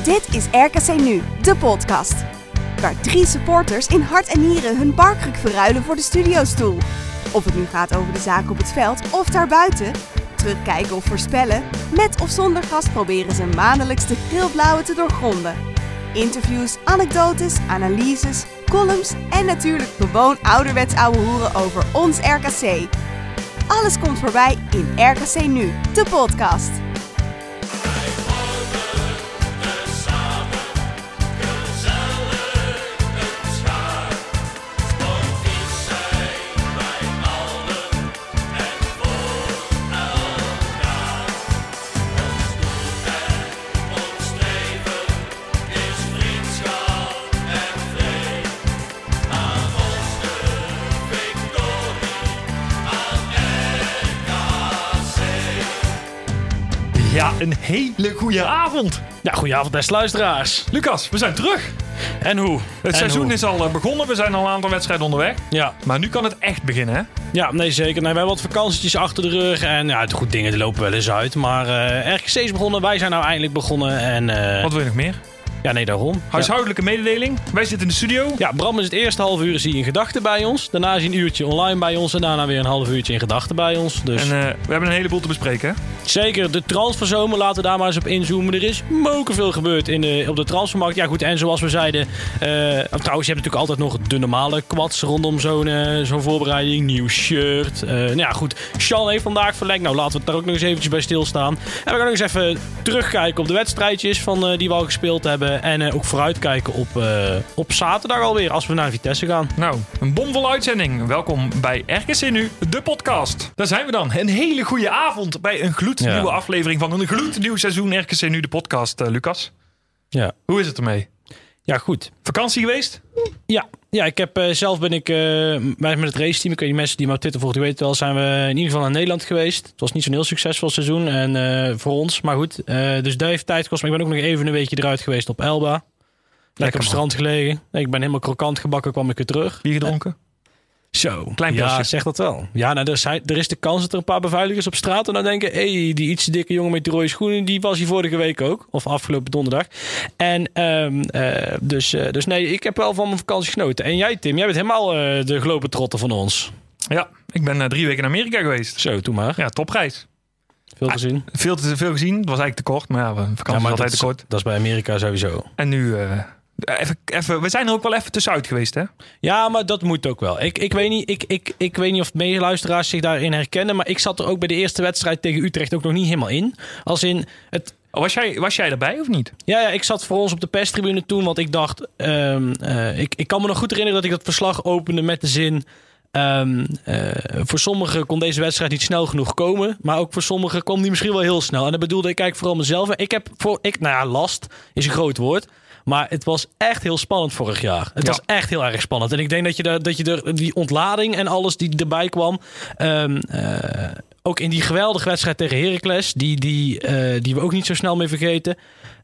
Dit is RKC Nu, de podcast. Waar 3 supporters in hart en nieren hun barkruk verruilen voor de studiostoel. Of het nu gaat over de zaak op het veld of daarbuiten. Terugkijken of voorspellen. Met of zonder gast proberen ze maandelijks de geel-blauwe te doorgronden. Interviews, anekdotes, analyses, columns en natuurlijk gewoon ouderwets ouwe hoeren over ons RKC. Alles komt voorbij in RKC Nu, de podcast. Ja, een hele goede avond. Ja, goedenavond beste luisteraars. Lucas, we zijn terug. En hoe? Het seizoen is al begonnen. We zijn al een aantal wedstrijden onderweg. Ja. Maar nu kan het echt beginnen, hè? Ja, nee zeker. Nee, we hebben wat vakantietjes achter de rug. En ja, goed dingen die lopen wel eens uit. Maar RKC is begonnen. Wij zijn nou eindelijk begonnen. En, Wat wil je nog meer? Ja, nee, daarom. Huishoudelijke mededeling. Wij zitten in de studio. Ja, Bram is het eerste half uur is hij in gedachten bij ons. Daarna is hij een uurtje online bij ons. En daarna weer een half uurtje in gedachten bij ons. Dus... En we hebben een heleboel te bespreken, hè? Zeker, de transferzomer, laten we daar maar eens op inzoomen. Er is mokerveel gebeurd op de transfermarkt. Ja goed, en zoals we zeiden... trouwens, je hebt natuurlijk altijd nog de normale kwads rondom zo'n voorbereiding. Nieuw shirt. Nou ja goed, Sean heeft vandaag verlengd. Nou, laten we het daar ook nog eens eventjes bij stilstaan. En we gaan nog eens even terugkijken op de wedstrijdjes die we al gespeeld hebben. En ook vooruitkijken op zaterdag alweer, als we naar Vitesse gaan. Nou, een bomvolle uitzending. Welkom bij RKC Nu, de podcast. Daar zijn we dan. Een hele goede avond bij een gloednieuwe aflevering van een gloednieuw seizoen RKC Nu, de podcast, Lucas. Ja. Hoe is het ermee? Ja, goed. Vakantie geweest? Ja, ik heb zelf ben ik met het raceteam, ik weet die mensen die me op Twitter volgen, die weten wel, zijn we in ieder geval naar Nederland geweest. Het was niet zo'n heel succesvol seizoen en voor ons, maar goed. Dus dat heeft tijd gekost, maar ik ben ook nog even een weekje eruit geweest op Elba. Lekker op het strand gelegen. Ik ben helemaal krokant gebakken, kwam ik weer terug. Bier gedronken? Zo, klein pilsje. Ja, zeg dat wel. Ja, nou, er is de kans dat er een paar beveiligers op straat en dan denken, die iets dikke jongen met die rode schoenen, die was hier vorige week ook. Of afgelopen donderdag. En dus nee, ik heb wel van mijn vakantie genoten. En jij, Tim, jij bent helemaal de globetrotter van ons. Ja, ik ben 3 weken in Amerika geweest. Zo, doe maar. Ja, Topreis. Veel gezien? Veel gezien. Het was eigenlijk te kort, maar ja, vakantie is altijd te kort. Dat is bij Amerika sowieso. En nu... Even, we zijn er ook wel even tussenuit geweest, hè? Ja, maar dat moet ook wel. Ik weet niet of medeluisteraars zich daarin herkennen, maar ik zat er ook bij de eerste wedstrijd tegen Utrecht ook nog niet helemaal in. Als in het... Was jij erbij of niet? Ja, ik zat voor ons op de perstribune toen, want ik dacht... ik kan me nog goed herinneren dat ik dat verslag opende met de zin... voor sommigen kon deze wedstrijd niet snel genoeg komen. Maar ook voor sommigen kwam die misschien wel heel snel. En dat bedoelde ik eigenlijk vooral mezelf. Last is een groot woord. Maar het was echt heel spannend vorig jaar. Het was echt heel erg spannend. En ik denk dat je die ontlading en alles die erbij kwam... ook in die geweldige wedstrijd tegen Heracles... die we ook niet zo snel meer vergeten...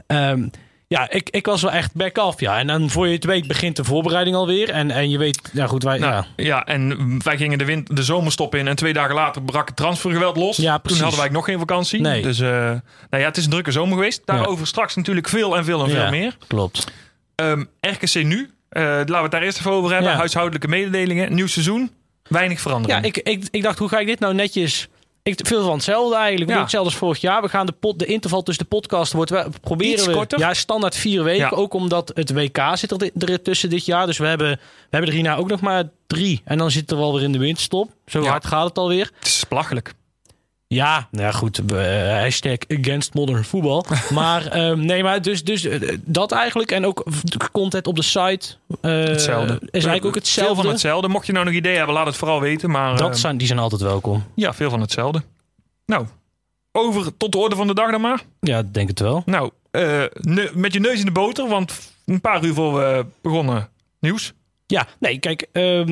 Ja, ik was wel echt back-off, ja. En dan voor je het weet begint de voorbereiding alweer. En je weet, ja goed, Ja, en wij gingen de zomerstop in. En 2 dagen later brak het transfergeweld los. Ja, precies. Toen hadden wij nog geen vakantie. Nee. Dus het is een drukke zomer geweest. Daarover straks natuurlijk veel meer. Klopt. RKC Nu, laten we het daar eerst even over hebben. Ja. Huishoudelijke mededelingen, nieuw seizoen. Weinig verandering. Ja, ik dacht, hoe ga ik dit nou netjes... Veel van hetzelfde eigenlijk. Ja. Hetzelfde als vorig jaar. We gaan de interval tussen de podcast proberen iets korter. Ja, standaard 4 weken. Ja. Ook omdat het WK zit er tussen dit jaar. Dus we hebben er hierna ook nog maar 3. En dan zitten we alweer in de winterstop. Zo hard gaat het alweer. Het is belachelijk. Ja, nou ja, goed. Hashtag against modern voetbal. Maar nee, maar dus dat eigenlijk. En ook content op de site. Hetzelfde. Is eigenlijk ook hetzelfde. Veel van hetzelfde. Mocht je nou nog ideeën hebben, laat het vooral weten. Maar, die zijn altijd welkom. Ja, veel van hetzelfde. Nou, over tot de orde van de dag dan maar. Ja, denk het wel. Nou, met je neus in de boter. Want een paar uur voor we begonnen nieuws. Ja, nee, kijk...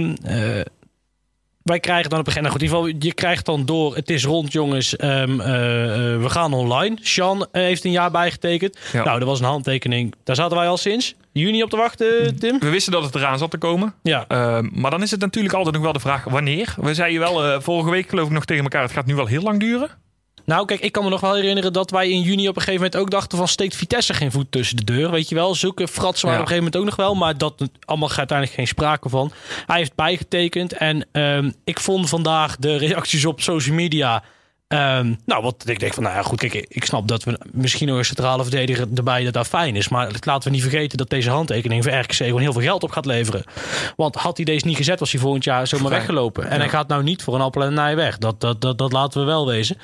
wij krijgen dan op een gegeven moment... In ieder geval, je krijgt dan door... Het is rond, jongens. We gaan online. Sean heeft een jaar bijgetekend. Ja. Nou, dat was een handtekening. Daar zaten wij al sinds juni op te wachten, Tim. We wisten dat het eraan zat te komen. Ja. Maar dan is het natuurlijk altijd nog wel de vraag... wanneer? We zeiden wel vorige week geloof ik nog tegen elkaar... het gaat nu wel heel lang duren. Nou, kijk, ik kan me nog wel herinneren dat wij in juni op een gegeven moment ook dachten van steekt Vitesse geen voet tussen de deur. Weet je wel, zulke fratsen waren op een gegeven moment ook nog wel. Maar dat allemaal uiteindelijk geen sprake van. Hij heeft bijgetekend en ik vond vandaag de reacties op social media... wat ik denk van, nou ja, goed, kijk, ik snap dat we misschien nog een centrale verdediger erbij dat fijn is. Maar laten we niet vergeten dat deze handtekening voor RKC gewoon heel veel geld op gaat leveren. Want had hij deze niet gezet, was hij volgend jaar zomaar weggelopen. En hij gaat nou niet voor een appel en een ei weg. Dat laten we wel wezen.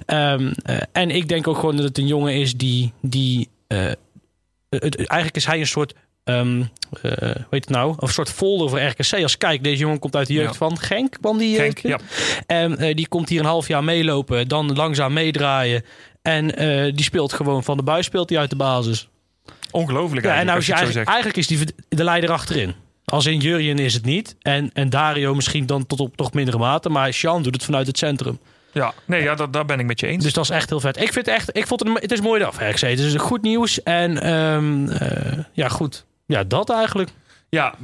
En ik denk ook gewoon dat het een jongen is die eigenlijk is hij een soort... weet het nou? Een soort folder voor RKC. Als kijk, deze jongen komt uit de jeugd van Genk. Genk, ja. En die komt hier een half jaar meelopen. Dan langzaam meedraaien. En die speelt gewoon van de buis speelt hij uit de basis. Ongelooflijk eigenlijk is die de leider achterin. Als in Jurjen is het niet. En Dario misschien dan tot op nog mindere mate. Maar Sean doet het vanuit het centrum. Ja, nee, ja, daar ben ik met je eens. Dus dat is echt heel vet. Ik vond het is mooi dag voor RKC. Het is goed nieuws. En goed. Ja, dat eigenlijk. Ja,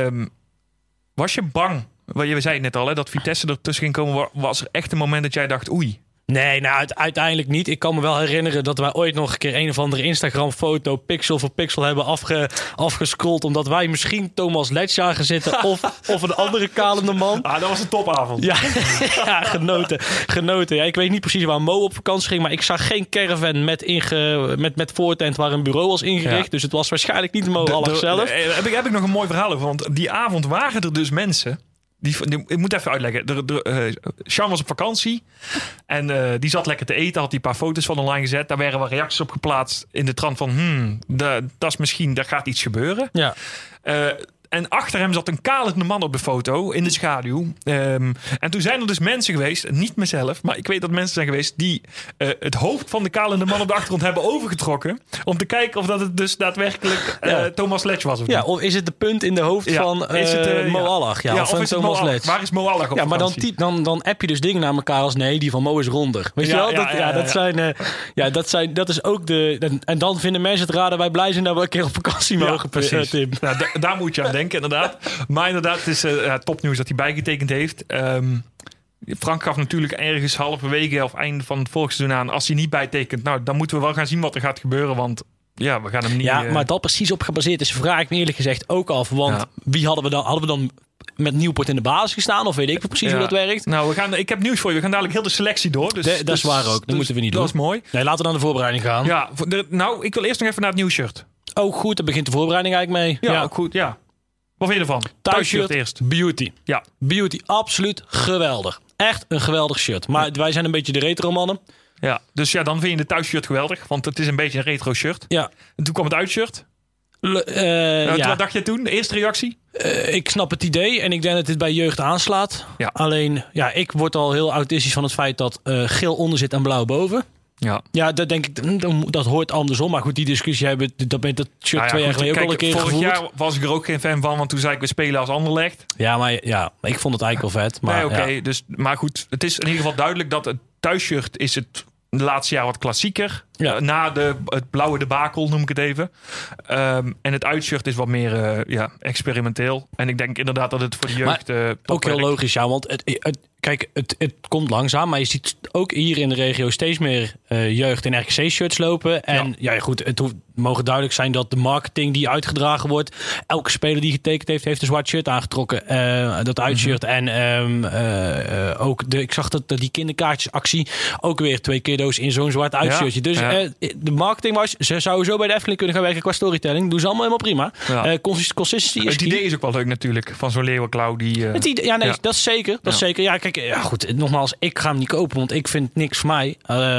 was je bang? Je zei het net al, hè, dat Vitesse er tussen ging komen. Was er echt een moment dat jij dacht, oei? Nee, nou uiteindelijk niet. Ik kan me wel herinneren dat wij ooit nog een keer een of andere Instagram-foto pixel voor pixel hebben afgescrolld. Omdat wij misschien Thomas Letch zagen zitten of een andere kalende man. Ah, dat was een topavond. Ja, ja genoten. Ja, ik weet niet precies waar Mo op vakantie ging, maar ik zag geen caravan met voortent waar een bureau was ingericht. Ja. Dus het was waarschijnlijk niet Mo Allach zelf. Heb ik nog een mooi verhaal over, want die avond waren er dus mensen... Ik moet even uitleggen. Sean was op vakantie. En die zat lekker te eten. Had hij een paar foto's van online gezet. Daar werden wel reacties op geplaatst. In de trant van... dat is misschien... Daar gaat iets gebeuren. Ja. En achter hem zat een kalende man op de foto. In de schaduw. En toen zijn er dus mensen geweest. Niet mezelf. Maar ik weet dat mensen zijn geweest. Die het hoofd van de kalende man op de achtergrond hebben overgetrokken. Om te kijken of dat het dus daadwerkelijk Thomas Letch was. Of niet. Ja, of is het de punt in de hoofd van Mo Allach? Ja, of is het Thomas Letch? Waar is Mo Allach op vakantie? Maar dan app je dus dingen naar elkaar als... Nee, die van Mo is ronder. Weet je wel? Dat is ook de... En dan vinden mensen het raar dat wij blij zijn dat we een keer op vakantie mogen. Precies. Tim. Nou, daar moet je aan denken. Inderdaad. Maar inderdaad, het is topnieuws dat hij bijgetekend heeft. Frank gaf natuurlijk ergens halverwege of einde van het vorige seizoen aan... als hij niet bijtekent, nou, dan moeten we wel gaan zien wat er gaat gebeuren. Want ja, we gaan hem niet... Ja, maar dat precies op gebaseerd is, vraag ik me eerlijk gezegd ook af. Want wie hadden we dan? Hadden we dan met Nieuwpoort in de basis gestaan? Of weet ik precies hoe dat werkt? Nou, ik heb nieuws voor je. We gaan dadelijk heel de selectie door. Dus, dat is waar ook. Dat moeten we niet doen. Dat is mooi. Nee, laten we dan de voorbereiding gaan. Ja, ik wil eerst nog even naar het nieuwe shirt. Oh, goed. Dan begint de voorbereiding eigenlijk mee. Ja, ook goed. Ja. Wat vind je ervan? Thuisshirt eerst. Beauty. Ja. Beauty, absoluut geweldig. Echt een geweldig shirt. Maar wij zijn een beetje de retro mannen. Ja, dus dan vind je de thuisshirt geweldig. Want het is een beetje een retro shirt. Ja. En toen kwam het uitshirt. Wat dacht je toen? De eerste reactie? Ik snap het idee en ik denk dat dit bij jeugd aanslaat. Ja. Alleen, ik word al heel autistisch van het feit dat geel onder zit en blauw boven. Ja, dat denk ik, dat hoort andersom. Maar goed, die discussie hebben dat shirt 2 jaar geleden ook al een keer gevoerd. Vorig jaar was ik er ook geen fan van, want toen zei ik we spelen als Anderlecht. Ja, maar ik vond het eigenlijk wel vet. Maar, dus, maar goed, het is in ieder geval duidelijk dat het thuisshirt is het de laatste jaar wat klassieker. Ja. Na het blauwe debakel noem ik het even. En het uitshirt is wat meer experimenteel. En ik denk inderdaad dat het voor de jeugd ook heel logisch, ja. Want het komt langzaam. Maar je ziet ook hier in de regio steeds meer jeugd in RKC-shirts lopen. En goed, het mogen duidelijk zijn dat de marketing die uitgedragen wordt... elke speler die getekend heeft een zwart shirt aangetrokken. Dat uitshirt. En ook ik zag dat die kinderkaartjesactie ook weer 2 kiddo's in zo'n zwart uitshirtje. Dus de marketing was... Ze zouden zo bij de Efteling kunnen gaan werken qua storytelling. Doen ze allemaal helemaal prima. Ja. Consistency is het idee is ook wel leuk natuurlijk. Van zo'n leeuwenklauw die... dat is zeker. Dat is zeker. Ja, kijk, goed. Nogmaals, ik ga hem niet kopen, want ik vind niks voor mij.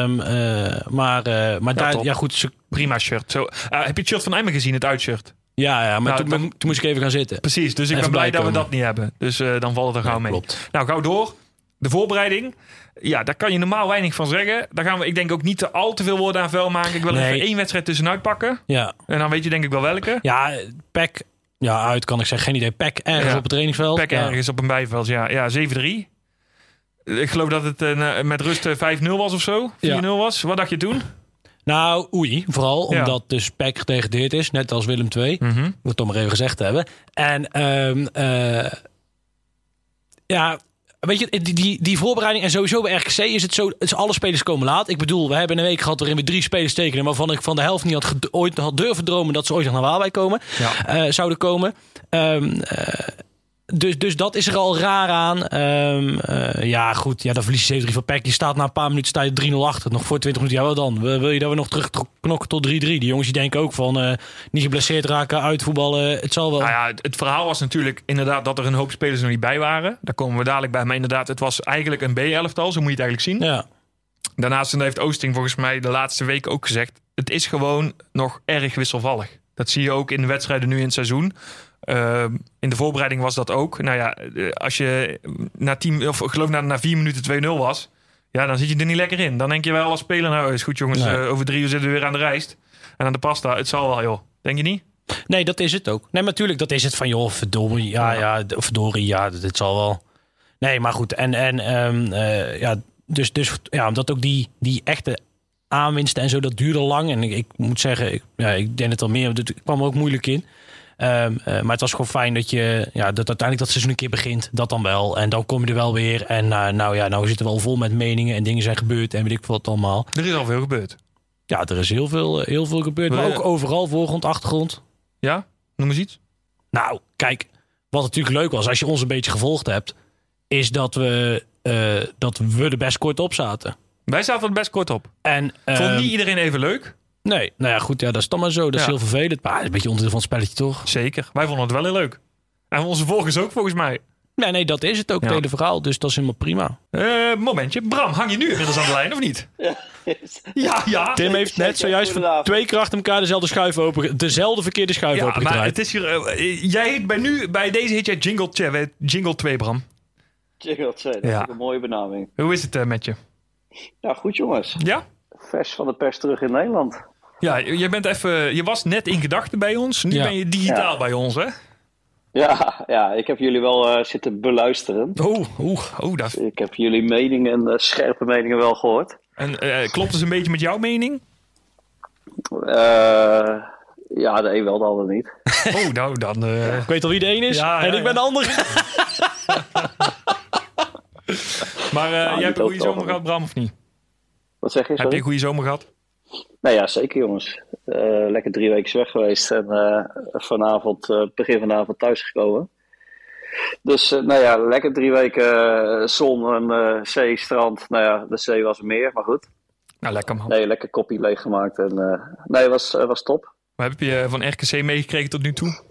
Maar daar, goed. Prima shirt. Zo, heb je het shirt van Emmen gezien, het uitshirt? Ja, maar toen moest ik even gaan zitten. Precies, dus ik ben blij dat we dat niet hebben. Dus dan valt het er gauw mee. Klopt. Nou, gauw door. De voorbereiding. Ja, daar kan je normaal weinig van zeggen. Daar gaan we, ik denk ook niet al te veel woorden aan vuil maken. Ik wil even 1 wedstrijd tussenuit pakken. Ja. En dan weet je denk ik wel welke. Ja, PEC. Ja, uit kan ik zeggen. Geen idee. PEC ergens op het trainingsveld. PEC ergens op een bijveld, ja 7-3. Ik geloof dat het met rust 5-0 was of zo. 4-0 was. Wat dacht je toen? Nou, vooral omdat dus PEC gedegradeerd is. Net als Willem II. Moet het toch maar even gezegd hebben. En weet je, die voorbereiding en sowieso bij RKC is het zo, alle spelers komen laat. Ik bedoel, we hebben een week gehad waarin we 3 spelers tekenen, waarvan ik van de helft niet ooit had durven dromen dat ze ooit nog naar Waalwijk zouden komen. Dus dat is er al raar aan. Dan verlies je 7-3 van PEC. Je staat na een paar minuten sta je 3-0 achter. Nog voor 20 minuten. Ja, wel dan. Wil je dat we nog terugknokken tot 3-3? Die jongens die denken ook van niet geblesseerd raken, uitvoetballen. Het zal wel. Nou ja, het verhaal was natuurlijk inderdaad dat er een hoop spelers nog niet bij waren. Daar komen we dadelijk bij. Maar inderdaad, het was eigenlijk een B-elftal. Zo moet je het eigenlijk zien. Ja. Daarnaast heeft Oosting volgens mij de laatste weken ook gezegd. Het is gewoon nog erg wisselvallig. Dat zie je ook in de wedstrijden nu in het seizoen. In de voorbereiding was dat ook. Nou ja, als je na 4 minuten 2-0 was, ja, dan zit je er niet lekker in. Dan denk je wel als speler, nou is goed jongens, over 3 uur zitten we weer aan de rijst. En aan de pasta, het zal wel joh. Denk je niet? Nee, dat is het ook. Nee, maar natuurlijk, dat is het van joh, verdorie, dit zal wel. Nee, maar goed. Dus omdat ook die echte aanwinsten en zo, dat duurde lang. En ik moet zeggen, ik denk het al meer, het kwam er ook moeilijk in. Maar het was gewoon fijn dat dat uiteindelijk dat seizoen een keer begint. Dat dan wel. En dan kom je er wel weer. En nou zitten we al vol met meningen en dingen zijn gebeurd. En weet ik wat allemaal. Er is al veel gebeurd. Ja, er is heel veel gebeurd. Maar ook overal, voorgrond, achtergrond. Ja? Noem eens iets. Nou, kijk. Wat natuurlijk leuk was, als je ons een beetje gevolgd hebt, is dat we er best kort op zaten. Wij zaten er best kort op. En vond niet iedereen even leuk? Nee, nou ja, goed, dat is dan maar zo. Dat is heel vervelend. Maar het is een beetje onderdeel van het spelletje, toch? Zeker. Wij vonden het wel heel leuk. En onze volgers ook, volgens mij. Nee, dat is het ook, het hele verhaal. Dus dat is helemaal prima. Momentje. Bram, hang je nu inmiddels aan de lijn, of niet? Ja. Tim heeft net zojuist voor 2 keer achter elkaar dezelfde verkeerde schuif opengedraaid. Maar het is hier, jij heet bij deze heet jij Jingle 2, Bram. Jingle 2, dat is een mooie benaming. Hoe is het met je? Ja, goed jongens. Ja? Vers van de pers terug in Nederland. Ja, je was net in gedachten bij ons. Nu ben je digitaal bij ons, hè? Ja, ik heb jullie wel zitten beluisteren. Ik heb jullie meningen en scherpe meningen wel gehoord. En klopt het een beetje met jouw mening? Ja, de een wel, de ander niet. Nou dan... Ik weet al wie de een is en ik ben de ander. Maar jij hebt een goede zomer gehad, Bram, of niet? Wat zeg je? Heb je een goede zomer gehad? Nou ja, zeker jongens. Lekker 3 weken weg geweest en begin vanavond thuisgekomen. Dus lekker 3 weken zon en zee, strand. Nou ja, de zee was meer, maar goed. Nou, lekker man. Nee, lekker koppie leeggemaakt en was top. Wat heb je van RKC meegekregen tot nu toe?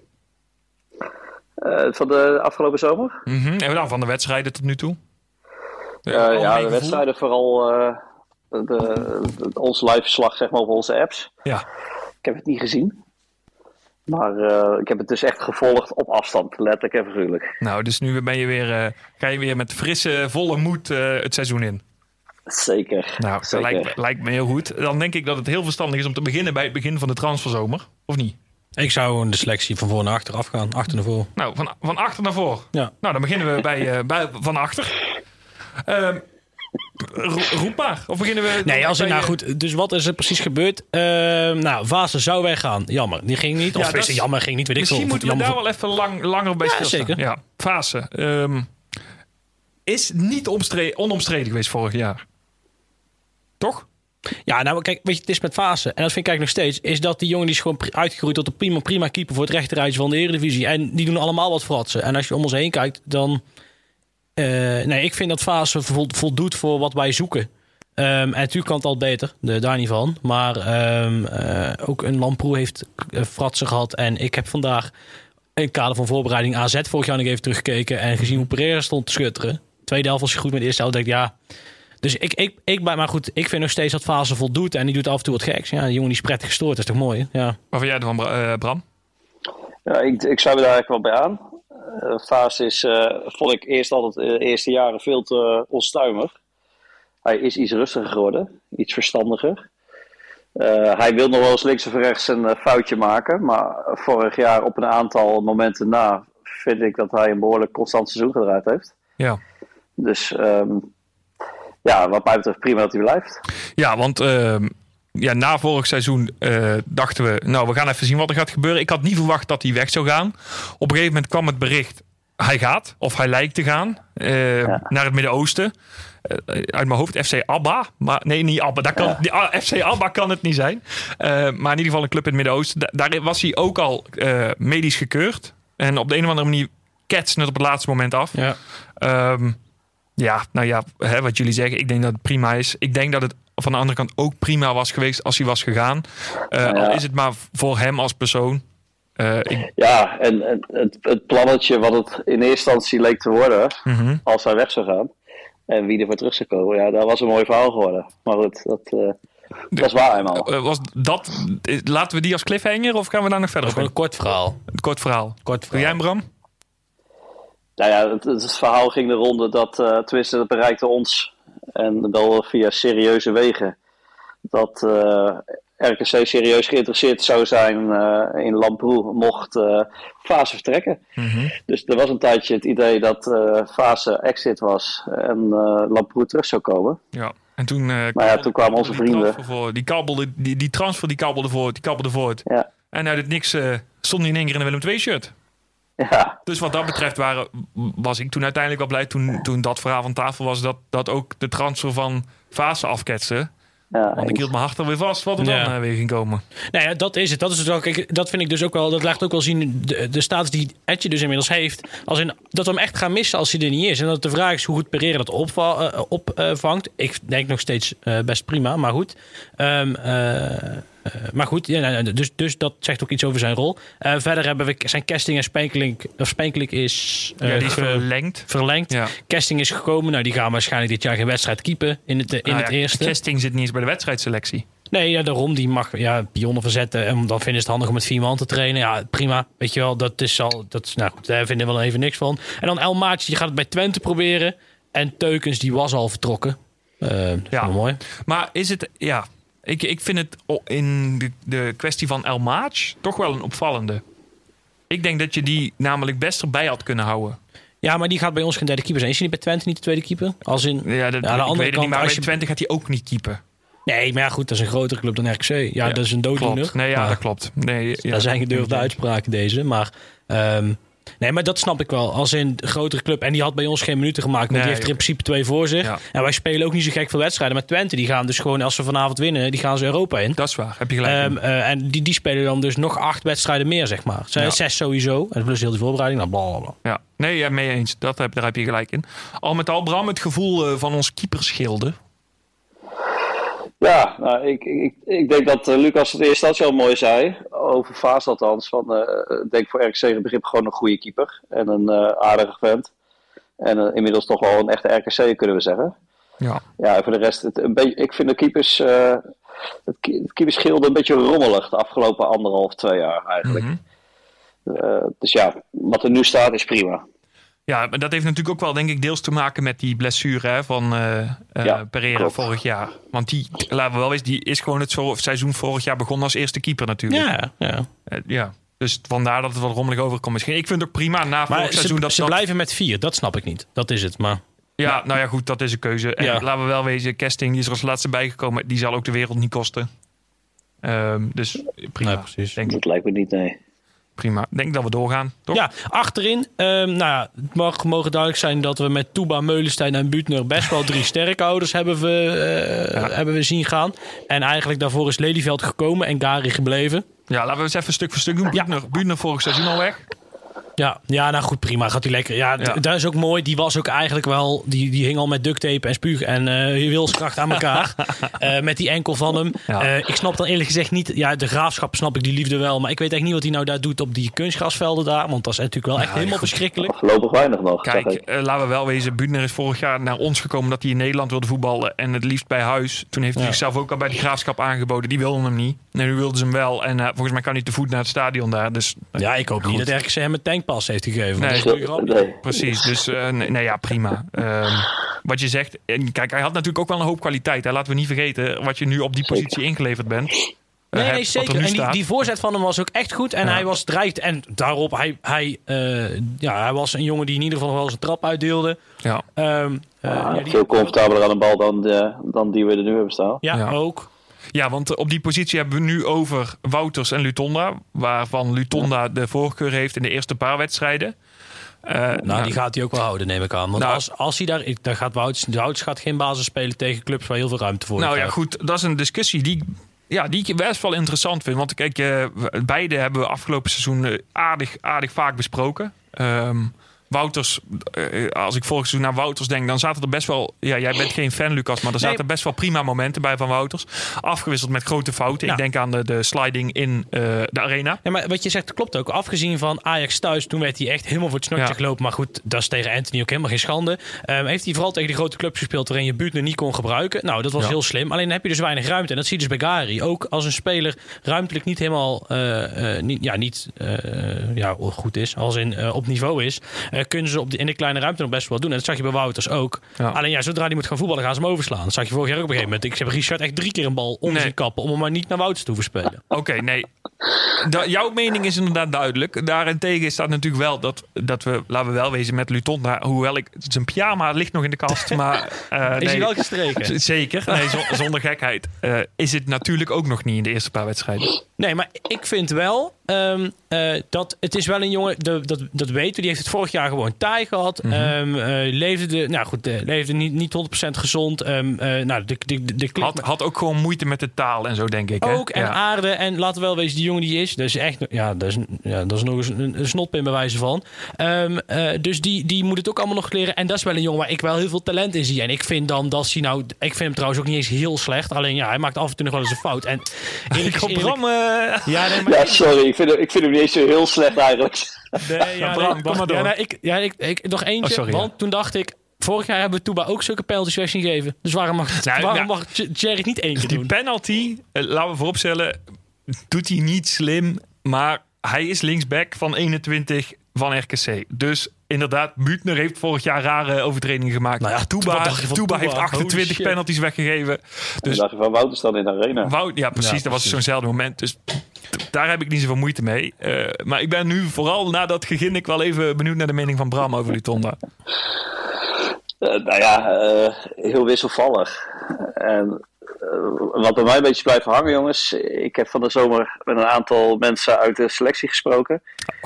Van de afgelopen zomer? En dan van de wedstrijden tot nu toe? De wedstrijden vooral... ons live verslag zeg maar op onze apps. Ja. Ik heb het niet gezien. Maar ik heb het dus echt gevolgd op afstand. Letterlijk en figuurlijk. Nou, dus nu ben je ga je weer met frisse, volle moed het seizoen in. Zeker. Nou, zeker. Dat lijkt me heel goed. Dan denk ik dat het heel verstandig is om te beginnen bij het begin van de transferzomer. Of niet? Ik zou de selectie van voor naar achter afgaan. Achter naar voor. Nou, van achter naar voor. Ja. Nou, dan beginnen we bij van achter. Roep maar. Of beginnen we... Nee, goed. Dus wat is er precies gebeurd? Vaassen zou weggaan. Jammer. Die ging niet. Of jammer, ging niet. Weet ik misschien moeten we daar wel even langer bij stilstaan. Zeker. Ja, Vaassen. Is niet onomstreden geweest vorig jaar. Toch? Ja, nou kijk, weet je, het is met Vaassen. En dat vind ik eigenlijk nog steeds. Is dat die jongen die is gewoon uitgegroeid tot een prima keeper voor het rechterrijtje van de Eredivisie. En die doen allemaal wat fratsen. En als je om ons heen kijkt, dan... ik vind dat Vaassen voldoet voor wat wij zoeken. En natuurlijk kan het al beter, daar niet van. Maar ook een Lamproe heeft fratsen gehad. En ik heb vandaag in het kader van voorbereiding AZ vorig jaar nog even teruggekeken. En gezien hoe Pereira stond te schutteren. Tweede helft was hij goed, met de eerste helft denk ik Dus maar goed, ik vind nog steeds dat Vaassen voldoet. En die doet af en toe wat geks. Ja, die jongen die is prettig gestoord, dat is toch mooi? Ja. Wat vind jij ervan, Bram? Ja, ik sluit me daar eigenlijk wel bij aan. Vaassen is, vond ik eerst altijd de eerste jaren veel te onstuimig. Hij is iets rustiger geworden, iets verstandiger. Hij wil nog wel eens links of rechts een foutje maken. Maar vorig jaar op een aantal momenten na vind ik dat hij een behoorlijk constant seizoen gedraaid heeft. Ja. Dus wat mij betreft prima dat hij blijft. Ja, want na vorig seizoen dachten we... Nou, we gaan even zien wat er gaat gebeuren. Ik had niet verwacht dat hij weg zou gaan. Op een gegeven moment kwam het bericht... hij gaat, of hij lijkt te gaan, naar het Midden-Oosten. Uit mijn hoofd FC Abba. Maar nee, niet Abba. FC Abba kan het niet zijn. Maar in ieder geval een club in het Midden-Oosten. Daar was hij ook al medisch gekeurd. En op de een of andere manier ketst het op het laatste moment af. Ja. Wat jullie zeggen. Ik denk dat het prima is. Ik denk dat het van de andere kant ook prima was geweest als hij was gegaan. Al is het maar voor hem als persoon. Ja, en het plannetje wat het in eerste instantie leek te worden, als hij weg zou gaan en wie er voor terug zou komen, ja, dat was een mooi verhaal geworden. Maar goed, dat is waar eenmaal. Laten we die als cliffhanger of gaan we daar nog verder op? Een kort verhaal. Een kort verhaal. Doe jij hem, Bram? Nou ja, het verhaal ging de ronde dat, tenminste dat bereikte ons en wel via serieuze wegen, dat RKC serieus geïnteresseerd zou zijn in Lamproe mocht Fase vertrekken. Dus er was een tijdje het idee dat Fase exit was en Lamproe terug zou komen. Ja. En toen, toen kwamen onze vrienden. Die transfer kabbelde voort. Ja. En uit het niks stond hij in één keer in een Willem II shirt. Ja. Dus wat dat betreft was ik toen uiteindelijk wel blij toen dat verhaal van tafel was dat ook de transfer van Fase afketste. Ja, want ik hield mijn hart alweer vast wat er dan weer ging komen. Nou ja, dat is het. Dat vind ik dus ook wel. Dat laat ook wel zien de status die Etje dus inmiddels heeft. Als in dat we hem echt gaan missen als hij er niet is. En dat de vraag is hoe goed Pereira dat opvangt. Ik denk nog steeds best prima, maar goed. Maar goed, dus dat zegt ook iets over zijn rol. Verder hebben we zijn Kesting en Spenkelink is die is verlengd. Ja. Kesting is gekomen. Nou, die gaan waarschijnlijk dit jaar geen wedstrijd keepen in het eerste. Kesting zit niet eens bij de wedstrijdselectie. Nee, daarom. Die mag pionnen verzetten. En dan vinden ze het handig om met 4 man te trainen. Ja, prima. Weet je wel, nou goed, daar vinden we wel even niks van. En dan El Maatje, die gaat het bij Twente proberen. En Teukens, die was al vertrokken. Dat is wel mooi. Maar is het... Ja... Ik vind het in de kwestie van El Maatj toch wel een opvallende. Ik denk dat je die namelijk best erbij had kunnen houden. Ja, maar die gaat bij ons geen derde keeper zijn. Is hij niet bij Twente niet de tweede keeper? Als in, ik weet het niet, maar bij Twente gaat hij ook niet keepen. Nee, maar ja, goed, dat is een grotere club dan RKC. Ja, dat is een dooddoener. Nee, dat klopt. Nee, dat zijn gedurfde uitspraken deze, maar... nee, maar dat snap ik wel. Als in een grotere club. En die had bij ons geen minuten gemaakt. Want die heeft er in principe 2 voor zich. Ja. En wij spelen ook niet zo gek veel wedstrijden. Maar Twente, die gaan dus gewoon, als ze vanavond winnen, die gaan ze Europa in. Dat is waar, heb je gelijk. En die spelen dan dus nog 8 wedstrijden meer, zeg maar. 6 sowieso. En plus heel die voorbereiding. Nou, blablabla. Ja, nee, mee eens. Daar heb je gelijk in. Al met al, Bram, het gevoel van ons keeperschilde. Ja, nou, ik denk dat Lucas het in eerste instantie al mooi zei. Over Vaas althans. Ik denk voor RKC begrip gewoon een goede keeper. En een aardige vent. En inmiddels toch wel een echte RKC kunnen we zeggen. Ja, en voor de rest, ik vind de keepers... het keepersgilde een beetje rommelig de afgelopen 1,5-2 jaar eigenlijk. Dus ja, wat er nu staat is prima. Ja, maar dat heeft natuurlijk ook wel, denk ik, deels te maken met die blessure van Pereira klopt. Vorig jaar. Want die, laten we wel weten, die is gewoon het seizoen vorig jaar begonnen als eerste keeper natuurlijk. Ja. Dus vandaar dat het wat rommelig overkomt. Misschien. Ik vind het ook prima na vorig seizoen. Ze blijven met 4, dat snap ik niet. Dat is het, maar... Ja, nou ja, goed, dat is een keuze. En laten we wel wezen, Kesting, die is er als laatste bijgekomen. Die zal ook de wereld niet kosten. Dus prima. Nee, precies. Denk dat lijkt me niet, nee. Prima. Denk dat we doorgaan, toch? Ja, achterin. Het mogen duidelijk zijn dat we met Touba, Meulenstein en Buutner best wel 3 sterkhouders hebben we zien gaan. En eigenlijk daarvoor is Lelyveld gekomen en Gari gebleven. Ja, laten we eens even stuk voor stuk doen. Buutner vorig seizoen al weg. Ja, nou goed, prima. Gaat hij lekker. Ja, dat is ook mooi. Die was ook eigenlijk wel... Die hing al met duct tape en spuug en wilskracht aan elkaar. Met die enkel van hem. Ja. Ik snap dan eerlijk gezegd niet... Ja, de Graafschap snap ik die liefde wel. Maar ik weet eigenlijk niet wat hij nou daar doet op die kunstgrasvelden daar. Want dat is natuurlijk wel echt helemaal verschrikkelijk. Voorlopig weinig nog. Kijk, laten we wel wezen. Buutner is vorig jaar naar ons gekomen dat hij in Nederland wilde voetballen. En het liefst bij huis. Toen heeft hij zichzelf ook al bij de Graafschap aangeboden. Die wilden hem niet. En nu wilden ze hem wel. En volgens mij kan hij te voet naar het stadion daar. Dus, ja, ik hoop niet dat RKC hem een tankpas heeft gegeven. Nee, precies. Dus prima. Wat je zegt, kijk, hij had natuurlijk ook wel een hoop kwaliteit. Laten we niet vergeten wat je nu op die positie ingeleverd bent. Nee, zeker. En die voorzet van hem was ook echt goed. En hij was dreigend. En daarop, hij was een jongen die in ieder geval wel eens een trap uitdeelde. Ja. Veel comfortabeler aan de bal dan die we er nu hebben staan. Ja, ook. Ja, want op die positie hebben we nu over Wouters en Lutonda. Waarvan Lutonda de voorkeur heeft in de eerste paar wedstrijden. Die gaat hij ook wel houden, neem ik aan. Want als hij daar gaat Wouters gaat geen basis spelen tegen clubs waar heel veel ruimte voor Nou ja, goed, dat is een discussie die ik best wel interessant vind. Want kijk, beide hebben we afgelopen seizoen aardig vaak besproken. Wouters, als ik vorig seizoen naar Wouters denk, dan zaten er best wel... Ja, jij bent geen fan, Lucas, maar er zaten best wel prima momenten bij van Wouters. Afgewisseld met grote fouten. Ik denk aan de sliding in de arena. Ja, maar wat je zegt klopt ook. Afgezien van Ajax thuis, toen werd hij echt helemaal voor het snotje gelopen. Maar goed, dat is tegen Anthony ook helemaal geen schande. Heeft hij vooral tegen die grote clubs gespeeld waarin je Buutner niet kon gebruiken. Nou, dat was heel slim. Alleen dan heb je dus weinig ruimte. En dat zie je dus bij Gary. Ook als een speler ruimtelijk niet helemaal goed is, als in op niveau is... kunnen ze in de kleine ruimte nog best wel doen. En dat zag je bij Wouters ook. Ja. Alleen zodra hij moet gaan voetballen, gaan ze hem overslaan. Dat zag je vorig jaar ook op een gegeven moment. Ik heb Richard echt 3 keer een bal om zijn kappen om hem maar niet naar Wouters te hoeven spelen. Oké, nee. Jouw mening is inderdaad duidelijk. Daarentegen staat natuurlijk wel dat we, laten we wel wezen, met Lutonda, hoewel zijn pyjama ligt nog in de kast, maar... is hij wel gestreken? Zeker. Nee, zonder gekheid. Is het natuurlijk ook nog niet in de eerste paar wedstrijden. Nee, maar ik vind wel dat het is wel een jongen, dat weten we, die heeft het vorig jaar gewoon taai gehad. Leefde niet 100% gezond. Had ook gewoon moeite met de taal en zo, denk ik. Ook, hè? En aarde. En laten we wel wezen, die jongen die is. Dat is echt, dat is nog eens een snotpin bij wijze van. Dus die moet het ook allemaal nog leren. En dat is wel een jongen waar ik wel heel veel talent in zie. En ik vind dan dat hij ik vind hem trouwens ook niet eens heel slecht. Alleen hij maakt af en toe nog wel eens een fout. En sorry, ik vind hem niet eens zo heel slecht eigenlijk. Kom maar door. Ik nog eentje, want toen dacht ik, vorig jaar hebben we Touba ook zulke penalties weg zien geven. Dus waarom mag Thierry niet 1 keer doen? Die penalty, laten we vooropstellen, doet hij niet slim, maar hij is linksback van 21 van RKC. Dus inderdaad, Buutner heeft vorig jaar rare overtredingen gemaakt. Nou ja, Touba heeft 28 penalties weggegeven. Dus dacht je van Wouters dan in de arena? Ja, precies. Dat was zo'nzelfde moment. Dus daar heb ik niet zoveel moeite mee. Maar ik ben nu vooral na dat geginnik wel even benieuwd naar de mening van Bram over Lutonda. Heel wisselvallig. En wat bij mij een beetje blijft hangen, jongens. Ik heb van de zomer met een aantal mensen uit de selectie gesproken.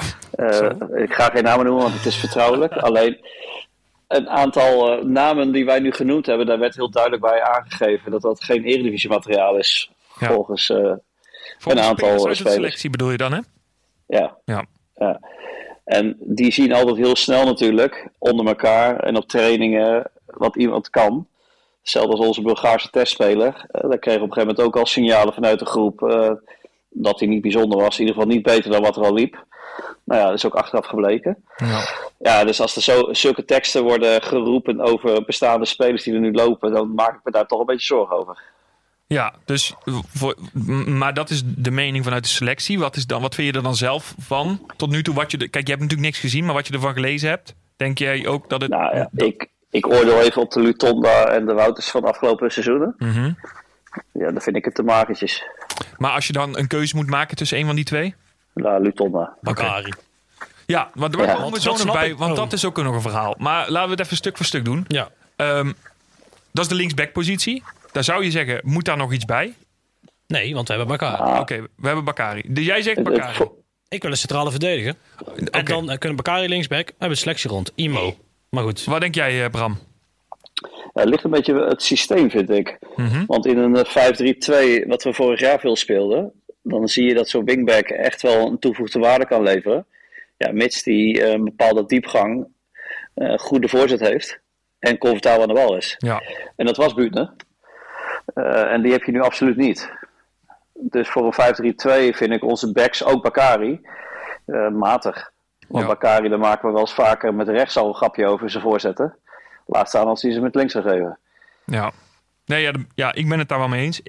Ik ga geen namen noemen, want het is vertrouwelijk. Alleen een aantal namen die wij nu genoemd hebben, daar werd heel duidelijk bij aangegeven dat geen Eredivisie materiaal is. Volgens een aantal spelers. De selectie bedoel je dan, hè? Ja. En die zien altijd heel snel natuurlijk onder elkaar en op trainingen wat iemand kan. Hetzelfde als onze Bulgaarse testspeler. Daar kregen we op een gegeven moment ook al signalen vanuit de groep dat hij niet bijzonder was. In ieder geval niet beter dan wat er al liep. Nou ja, dat is ook achteraf gebleken. Ja, dus als er zulke teksten worden geroepen over bestaande spelers die er nu lopen, dan maak ik me daar toch een beetje zorgen over. Ja, dus maar dat is de mening vanuit de selectie. Wat vind je er dan zelf van? Tot nu toe, kijk, je hebt natuurlijk niks gezien, maar wat je ervan gelezen hebt, denk jij ook dat het... Nou ja, ik oordeel even op de Lutonda en de Wouters van de afgelopen seizoenen. Mm-hmm. Ja, dan vind ik het te magertjes. Maar als je dan een keuze moet maken tussen een van die twee? Nou, Lutonda. Bakary. Ja, maar daar komen we zo nog bij, want dat is ook nog een verhaal. Maar laten we het even stuk voor stuk doen. Ja. Dat is de linksback-positie. Daar zou je zeggen, moet daar nog iets bij? Nee, want we hebben Bakary. Oké, we hebben Bakary. Dus jij zegt Bakary. Ik wil een centrale verdediger. En dan kunnen Bakary linksback. We hebben selectie rond. Imo. Maar goed. Wat denk jij, Bram? Het ligt een beetje het systeem, vind ik. Mm-hmm. Want in een 5-3-2, wat we vorig jaar veel speelden, dan zie je dat zo'n wingback echt wel een toegevoegde waarde kan leveren. Ja, mits die een bepaalde diepgang, goede voorzet heeft en comfortabel aan de bal is. Ja. En dat was Buutner. En die heb je nu absoluut niet. Dus voor een 5-3-2 vind ik onze backs, ook Bakary, matig. Want Bakary, daar maken we wel eens vaker met rechts al een grapje over zijn voorzetten. Laat staan als hij ze met links gegeven. Ja. Nee, ik ben het daar wel mee eens.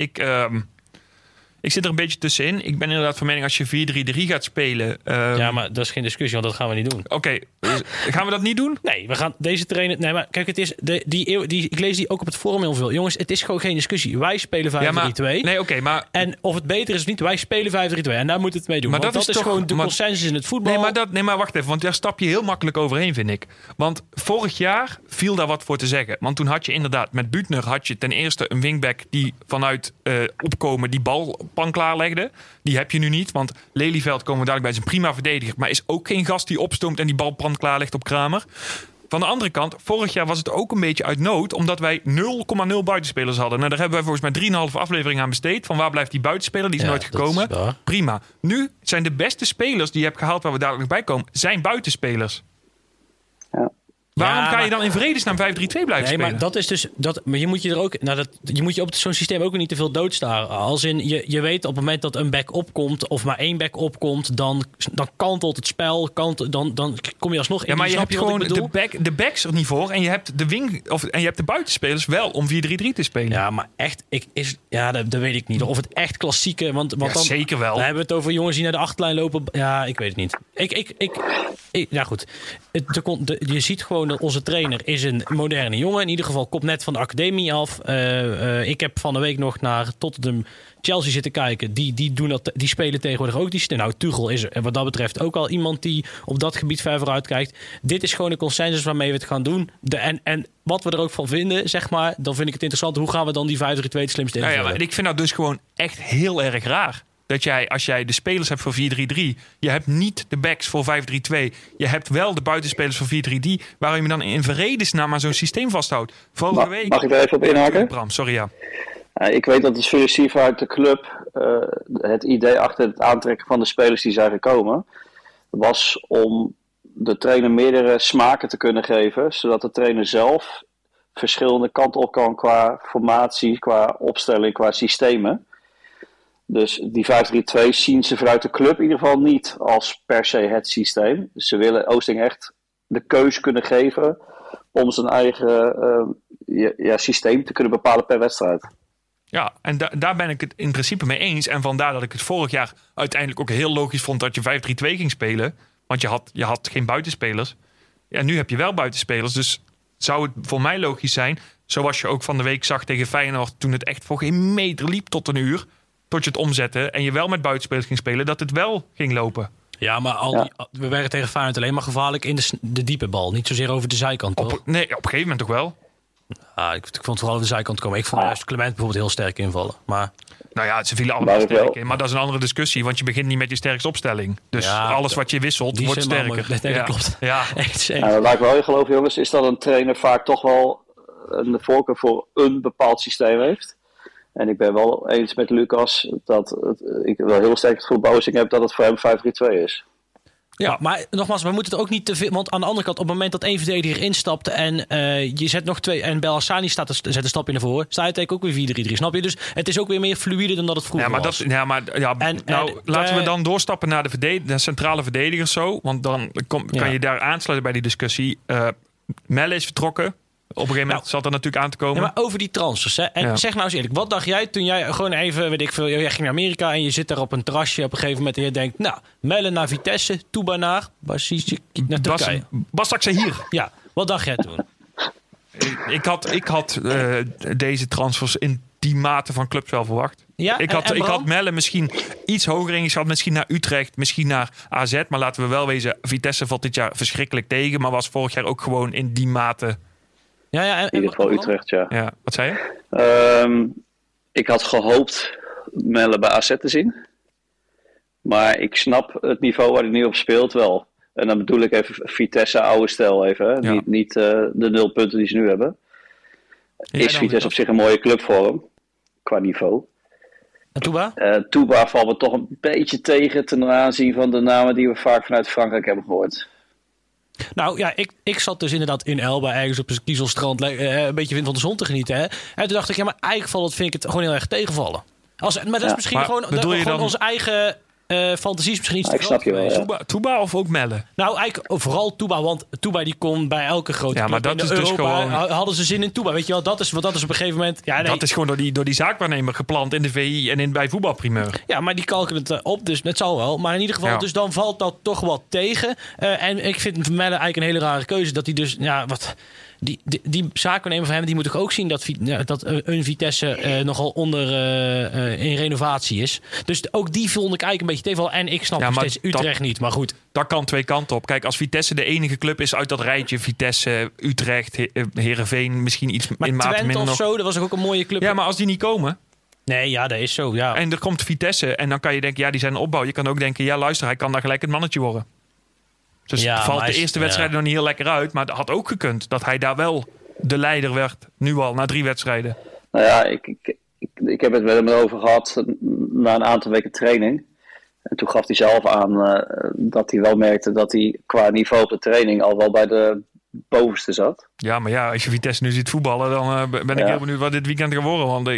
Ik zit er een beetje tussenin. Ik ben inderdaad van mening als je 4-3-3 gaat spelen... Ja, maar dat is geen discussie, want dat gaan we niet doen. Oké, gaan we dat niet doen? Nee, we gaan deze trainer... Nee, maar kijk, het is ik lees die ook op het forum heel veel. Jongens, het is gewoon geen discussie. Wij spelen 5-3-2. Nee, oké, maar... En of het beter is of niet, wij spelen 5-3-2. En daar moet het mee doen. Maar dat is toch gewoon de consensus in het voetbal. Nee, maar wacht even, want daar stap je heel makkelijk overheen, vind ik. Want vorig jaar viel daar wat voor te zeggen. Want toen had je inderdaad, met Buutner had je ten eerste een wingback die vanuit opkomen die bal balpan klaarlegde. Die heb je nu niet, want Lelyveld komen we dadelijk bij. Is een prima verdediger, maar is ook geen gast die opstoomt en die balpan klaarlegt op Kramer. Van de andere kant, vorig jaar was het ook een beetje uit nood, omdat wij 0,0 buitenspelers hadden. Nou, daar hebben wij volgens mij 3,5 afleveringen aan besteed. Van waar blijft die buitenspeler? Die is nooit gekomen. Is prima. Nu zijn de beste spelers die je hebt gehaald, waar we dadelijk nog bij komen, zijn buitenspelers. Ja. Waarom ga je dan in vredesnaam 5-3-2 blijven spelen? Maar dat is dus. Maar je moet je er ook. Je moet je op zo'n systeem ook niet te veel doodstaren. Als in je weet op het moment dat een back opkomt, of maar één back opkomt, dan kantelt het spel. Dan kom je alsnog in. Ja, maar je hebt gewoon de backs er niet voor. En je hebt en je hebt de buitenspelers wel om 4-3-3 te spelen. Ja, maar echt, dat weet ik niet. Of het echt klassieke. Want dan, zeker wel. Dan hebben we het over jongens die naar de achterlijn lopen. Ja, ik weet het niet. Ja, goed. Je ziet gewoon dat onze trainer is een moderne jongen. In ieder geval komt net van de academie af. Ik heb van de week nog naar Tottenham Chelsea zitten kijken. Die spelen tegenwoordig ook. Tuchel is wat dat betreft ook al iemand die op dat gebied ver vooruit kijkt. Dit is gewoon de consensus waarmee we het gaan doen. En wat we er ook van vinden, zeg maar, dan vind ik het interessant. Hoe gaan we dan die 5-3-2 het slimste invullen? Ja, maar ik vind dat dus gewoon echt heel erg raar. Dat jij, als jij de spelers hebt voor 4-3-3... je hebt niet de backs voor 5-3-2... je hebt wel de buitenspelers voor 4-3-3... waarom je dan in vredesnaam aan zo'n systeem vasthoudt. Vorige week... Mag ik daar even op inhaken? Bram, sorry, ja. Ik weet dat het filosofie vanuit de club... het idee achter het aantrekken van de spelers die zijn gekomen... was om de trainer meerdere smaken te kunnen geven... zodat de trainer zelf verschillende kanten op kan... qua formatie, qua opstelling, qua systemen... Dus die 5-3-2 zien ze vanuit de club in ieder geval niet als per se het systeem. Dus ze willen Oosting echt de keus kunnen geven om zijn eigen systeem te kunnen bepalen per wedstrijd. Ja, en daar ben ik het in principe mee eens. En vandaar dat ik het vorig jaar uiteindelijk ook heel logisch vond dat je 5-3-2 ging spelen. Want je had geen buitenspelers. Ja, nu heb je wel buitenspelers. Dus zou het voor mij logisch zijn, zoals je ook van de week zag tegen Feyenoord, toen het echt voor geen meter liep tot een uur, tot je het omzette en je wel met buitenspelers ging spelen, dat het wel ging lopen. Ja, maar we werden tegen Feyenoord alleen maar gevaarlijk in de diepe bal. Niet zozeer over de zijkant, toch? Op een gegeven moment toch wel? Ik vond vooral over de zijkant komen. Ik vond juist Clement bijvoorbeeld heel sterk invallen. Maar nou ja, ze vielen allemaal sterk in. Maar dat is een andere discussie, want je begint niet met je sterkste opstelling. Dus alles wat je wisselt, wordt sterker. Dat klopt. Ja. Dat lijkt me wel heel geloof, jongens, is dat een trainer vaak toch wel een voorkeur voor een bepaald systeem heeft. En ik ben wel eens met Lucas dat ik wel heel sterk het gevoel bij Oosting heb dat het voor hem 5-3-2 is. Ja, maar nogmaals, we moeten het ook niet te veel. Want aan de andere kant, op het moment dat één verdediger instapt en je zet nog twee en Belhassani zet een stapje naar voren, sta je eigenlijk ook weer 4-3-3. Snap je? Dus het is ook weer meer fluïde dan dat het vroeger was. Laten we dan doorstappen naar de centrale verdedigers zo. Want dan kan je daar aansluiten bij die discussie. Melle is vertrokken. Op een gegeven moment zat er natuurlijk aan te komen. Ja, maar over die transfers. Hè? En zeg nou eens eerlijk, wat dacht jij toen jij gewoon even, weet ik veel, jij ging naar Amerika en je zit daar op een terrasje op een gegeven moment en je denkt, nou, Melle naar Vitesse, Touba naar Turkije. Basak zei hier. Ja, wat dacht jij toen? Ik had deze transfers in die mate van clubs wel verwacht. Ja? Ik had Melle misschien iets hoger ingeschat. Misschien naar Utrecht, misschien naar AZ. Maar laten we wel wezen, Vitesse valt dit jaar verschrikkelijk tegen. Maar was vorig jaar ook gewoon in die mate. Ja, in ieder geval Utrecht, ja. Wat zei je? Ik had gehoopt Melle bij AZ te zien. Maar ik snap het niveau waar hij nu op speelt wel. En dan bedoel ik even Vitesse, oude stijl even. Hè? Ja. Niet de 0 punten die ze nu hebben. Is Vitesse op zich een mooie club voor hem. Qua niveau. En Touba? Touba valt me toch een beetje tegen ten aanzien van de namen die we vaak vanuit Frankrijk hebben gehoord. Nou ja, ik zat dus inderdaad in Elba ergens op een kiezelstrand een beetje wind van de zon te genieten. Hè? En toen dacht ik, ja, maar eigenlijk vind ik het gewoon heel erg tegenvallen. Maar dat is misschien gewoon onze eigen fantasie is misschien iets te groot geweest. Touba of ook Melle? Nou, eigenlijk vooral Touba, want Touba die kon bij elke grote club maar dat in is Europa, dus gewoon, hadden ze zin in Touba. Weet je wel, dat is op een gegeven moment. Ja, nee. Dat is gewoon door die zaakwaarnemer gepland in de VI en bij voetbalprimeur. Ja, maar die kalken het op, dus het zal wel. Maar in ieder geval, dus dan valt dat toch wat tegen. En ik vind Melle eigenlijk een hele rare keuze. Dat hij dus, die zaakwaarnemer van hem, die moet toch ook zien dat een Vitesse nogal onder in renovatie is. Dus ook die vond ik eigenlijk een beetje tegenvallen. En ik snap nog steeds Utrecht niet, maar goed. Dat kan twee kanten op. Kijk, als Vitesse de enige club is uit dat rijtje, Vitesse, Utrecht, Heerenveen, misschien iets maar in mate Twente minder of zo, dat was ook een mooie club. Ja, maar als die niet komen, Nee, ja, dat is zo, ja. En er komt Vitesse en dan kan je denken, ja, die zijn een opbouw. Je kan ook denken, ja, luister, hij kan daar gelijk het mannetje worden. Dus Ja, het valt maar de eerste wedstrijd nog niet heel lekker uit. Maar het had ook gekund dat hij daar wel de leider werd. Nu al, na 3 wedstrijden. Nou ja, ik heb het met hem erover gehad na een aantal weken training. En toen gaf hij zelf aan dat hij wel merkte dat hij qua niveau op de training al wel bij de bovenste zat. Ja, maar ja, als je Vitesse nu ziet voetballen, dan ben ik heel benieuwd wat dit weekend gaat worden. Want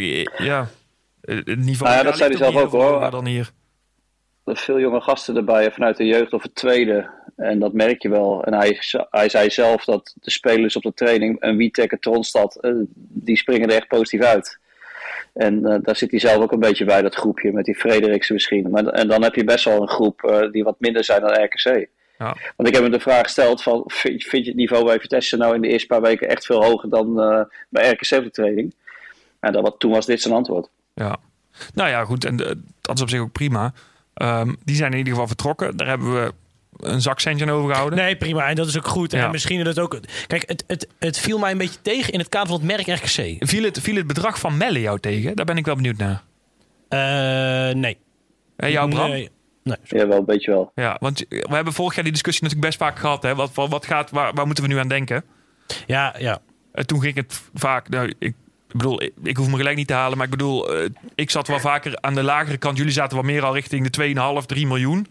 het niveau dat zei hij zelf ook hoor. Dan hier. Er veel jonge gasten erbij vanuit de jeugd of het tweede. En dat merk je wel. En hij zei zelf dat de spelers op de training, een Witek, een Tronstad, die springen er echt positief uit. En daar zit hij zelf ook een beetje bij, dat groepje, met die Frederiksen misschien. En dan heb je best wel een groep die wat minder zijn dan RKC. Ja. Want ik heb hem de vraag gesteld van, vind je het niveau bij Vitesse nou in de eerste paar weken echt veel hoger dan bij RKC op de training? En toen was dit zijn antwoord. Ja. Nou ja, goed. En dat is op zich ook prima. Die zijn in ieder geval vertrokken. Daar hebben we een zakcentje aan overgehouden. Nee, prima. En dat is ook goed. Ja. En misschien dat ook... Kijk, het viel mij een beetje tegen in het kader van het merk RKC. Viel het bedrag van Melle jou tegen? Daar ben ik wel benieuwd naar. Nee. En jou, Bram? Nee. Ja, wel een beetje wel. Ja, want we hebben vorig jaar die discussie natuurlijk best vaak gehad. Hè? Waar moeten we nu aan denken? Ja. Toen ging het vaak... Nou, ik bedoel, ik hoef me gelijk niet te halen. Maar ik bedoel, ik zat wel vaker aan de lagere kant. Jullie zaten wel meer al richting de 2,5, 3 miljoen.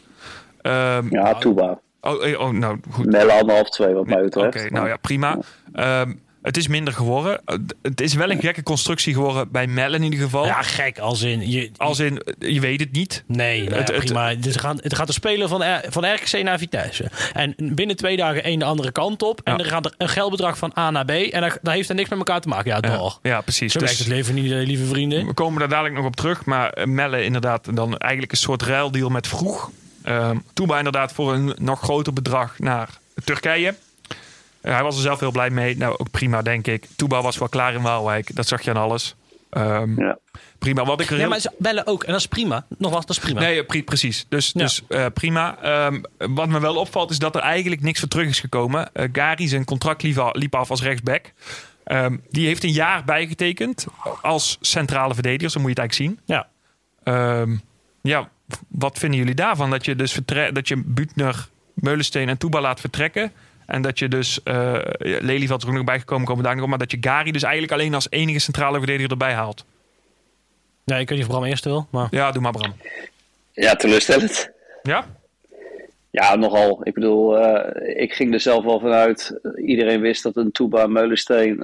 Touba. Oh, nou goed. Melle 1,5, 2 wat mij betreft. Oké, nou ja, prima. Het is minder geworden. Het is wel een gekke constructie geworden bij Melle in ieder geval. Ja, gek. Als in, je weet het niet. Nee, prima. Het gaat een speler van RKC naar Vitesse. En binnen 2 dagen één de andere kant op. En er gaat er een geldbedrag van A naar B. En daar heeft er niks met elkaar te maken. Ja, toch? Ja, precies. Zo werkt het leven niet, lieve vrienden. We komen daar dadelijk nog op terug. Maar Melle inderdaad dan eigenlijk een soort ruildeal met Vroeg. Touba inderdaad voor een nog groter bedrag naar Turkije. Hij was er zelf heel blij mee. Nou, ook prima, denk ik. Touba was wel klaar in Waalwijk. Dat zag je aan alles. Prima. Wat ik maar ze bellen ook. En dat is prima. Nogmaals, dat is prima. Nee, precies. Dus prima. Wat me wel opvalt is dat er eigenlijk niks voor terug is gekomen. Gary, zijn contract liep af als rechtsback. Die heeft een jaar bijgetekend als centrale verdediger. Zo moet je het eigenlijk zien. Ja. Wat vinden jullie daarvan? Dat je dus dat je Buutner, Meulensteen en Touba laat vertrekken. En dat je dus Lelyveld er ook nog bijgekomen komen daar nog op. Maar dat je Gary dus eigenlijk alleen als enige centrale verdediger erbij haalt. Nee, ik weet niet of Bram eerst wil. Maar... Ja, doe maar Bram. Ja, teleurstellend. Ja? Ja, nogal. Ik bedoel, ik ging er zelf wel vanuit. Iedereen wist dat een Touba en Meulensteen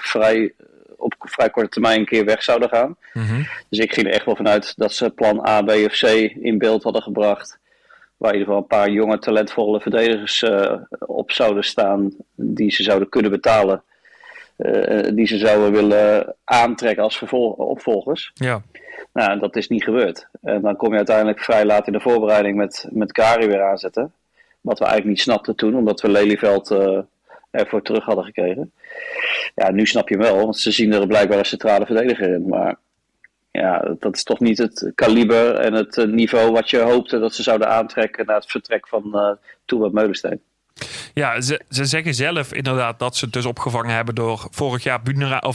op vrij korte termijn een keer weg zouden gaan. Mm-hmm. Dus ik ging er echt wel vanuit dat ze plan A, B of C in beeld hadden gebracht. Waar in ieder geval een paar jonge, talentvolle verdedigers op zouden staan. Die ze zouden kunnen betalen. Die ze zouden willen aantrekken als opvolgers. Ja. Nou, dat is niet gebeurd. En dan kom je uiteindelijk vrij laat in de voorbereiding met Gary weer aanzetten. Wat we eigenlijk niet snapten toen, omdat we Lelyveld ervoor terug hadden gekregen. Ja, nu snap je wel, want ze zien er blijkbaar een centrale verdediger in. Maar ja, dat is toch niet het kaliber en het niveau wat je hoopte dat ze zouden aantrekken na het vertrek van Touba Meulensteen. Ja, ze zeggen zelf inderdaad dat ze het dus opgevangen hebben door vorig jaar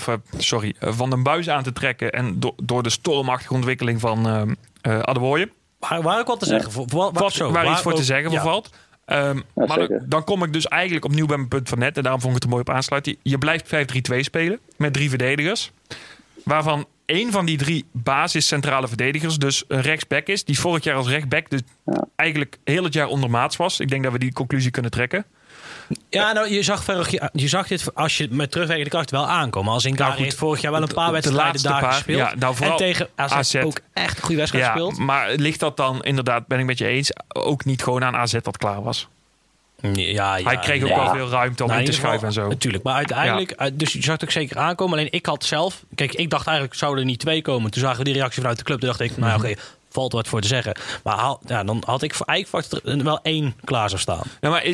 Van den Buis aan te trekken en door de stormachtige ontwikkeling van Adewooye. Waar ik wat te zeggen? Waar iets voor te zeggen valt. Maar dan kom ik dus eigenlijk opnieuw bij mijn punt van net. En daarom vond ik het er mooi op aansluiten. Je blijft 5-3-2 spelen met 3 verdedigers. Waarvan 1 van die 3 basis centrale verdedigers dus een rechtsback is. Die vorig jaar als rechtsback dus eigenlijk heel het jaar ondermaats was. Ik denk dat we die conclusie kunnen trekken. Ja, nou, je zag dit als je met terugwerkende kracht wel aankomen. Als in Gary heeft vorig jaar wel een paar wedstrijden daar gespeeld. Ja, nou, en tegen AZ ook echt een goede wedstrijd gespeeld. Maar ligt dat dan inderdaad, ben ik met je eens, ook niet gewoon aan AZ dat klaar was? Ja, hij kreeg ook wel veel ruimte om in te schuiven en zo. Natuurlijk, maar uiteindelijk, dus je zag het ook zeker aankomen. Alleen ik had zelf, kijk, ik dacht eigenlijk zouden er niet 2 komen. Toen zagen we die reactie vanuit de club. Toen dacht ik, nou oké, valt wat voor te zeggen. Maar dan had ik eigenlijk er wel 1 klaar zou staan. Ja, maar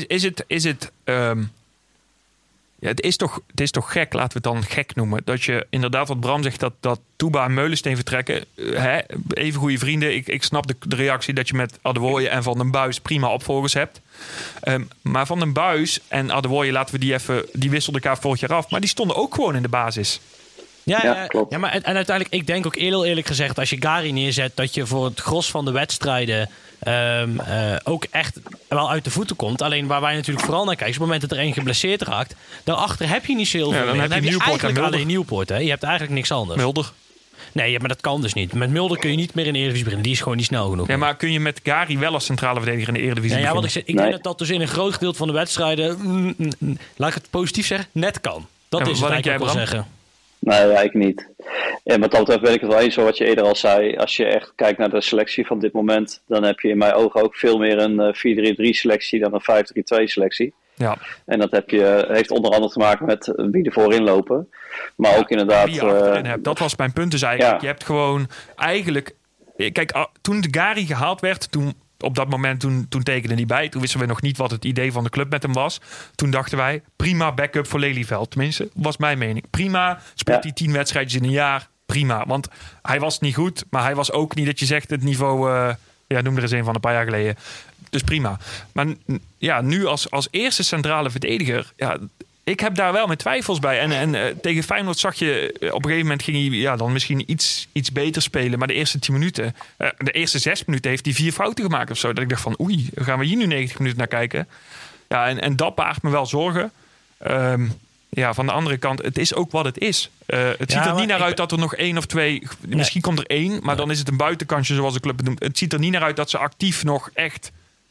het is toch gek, laten we het dan gek noemen. Dat je inderdaad, wat Bram zegt, dat Touba en Meulensteen vertrekken. Even goede vrienden. Ik snap de reactie dat je met Adewooye en Van den Buis prima opvolgers hebt. Maar Van den Buis en Adewooye, laten we die wisselden elkaar vorig jaar af. Maar die stonden ook gewoon in de basis. Ja, klopt. Ja, maar en uiteindelijk, ik denk ook heel eerlijk gezegd, als je Gary neerzet, dat je voor het gros van de wedstrijden ook echt wel uit de voeten komt. Alleen waar wij natuurlijk vooral naar kijken, op het moment dat er één geblesseerd raakt, daarachter heb je niet zo heel veel dan meer. heb je Nieuwpoort eigenlijk en Mulder. alleen Nieuwpoort. Hè? Je hebt eigenlijk niks anders. Mulder. Nee, ja, maar dat kan dus niet. Met Mulder kun je niet meer in de Eredivisie beginnen. Die is gewoon niet snel genoeg. Ja, maar kun je met Gary wel als centrale verdediger in de Eredivisie Ja, want beginnen? ik denk dat dat dus in een groot gedeelte van de wedstrijden, laat ik het positief zeggen, net kan. Dat En is het wat denk eigenlijk wel jij, zeggen. Nee, eigenlijk niet. En wat dat betreft ben ik het wel eens, wat je eerder al zei. Als je echt kijkt naar de selectie van dit moment, dan heb je in mijn ogen ook veel meer een 4-3-3 selectie dan een 5-3-2 selectie. Ja. En dat heeft onder andere te maken met wie er voorin lopen. Maar ook inderdaad... Wie je achterin hebt. Dat was mijn punt dus eigenlijk. Je hebt gewoon eigenlijk... Kijk, toen de Gary gehaald werd, op dat moment toen tekende hij bij. Toen wisten we nog niet wat het idee van de club met hem was. Toen dachten wij, prima backup voor Lelyveld. Tenminste, was mijn mening. Prima, speelt hij 10 wedstrijdjes in een jaar. Prima, want hij was niet goed. Maar hij was ook niet dat je zegt het niveau... noem er eens een van een paar jaar geleden. Dus prima. Maar ja, nu als eerste centrale verdediger... Ja, ik heb daar wel mijn twijfels bij. En tegen Feyenoord zag je... Op een gegeven moment ging hij dan misschien iets beter spelen. Maar de eerste 10 minuten... de eerste 6 minuten heeft hij 4 fouten gemaakt of zo. Dat ik dacht van oei, gaan we hier nu 90 minuten naar kijken? Ja, en dat baart me wel zorgen. Van de andere kant, het is ook wat het is. Het ziet er niet naar uit dat er nog 1 of 2... Misschien komt er 1, maar dan is het een buitenkansje zoals de club het noemt. Het ziet er niet naar uit dat ze actief nog echt...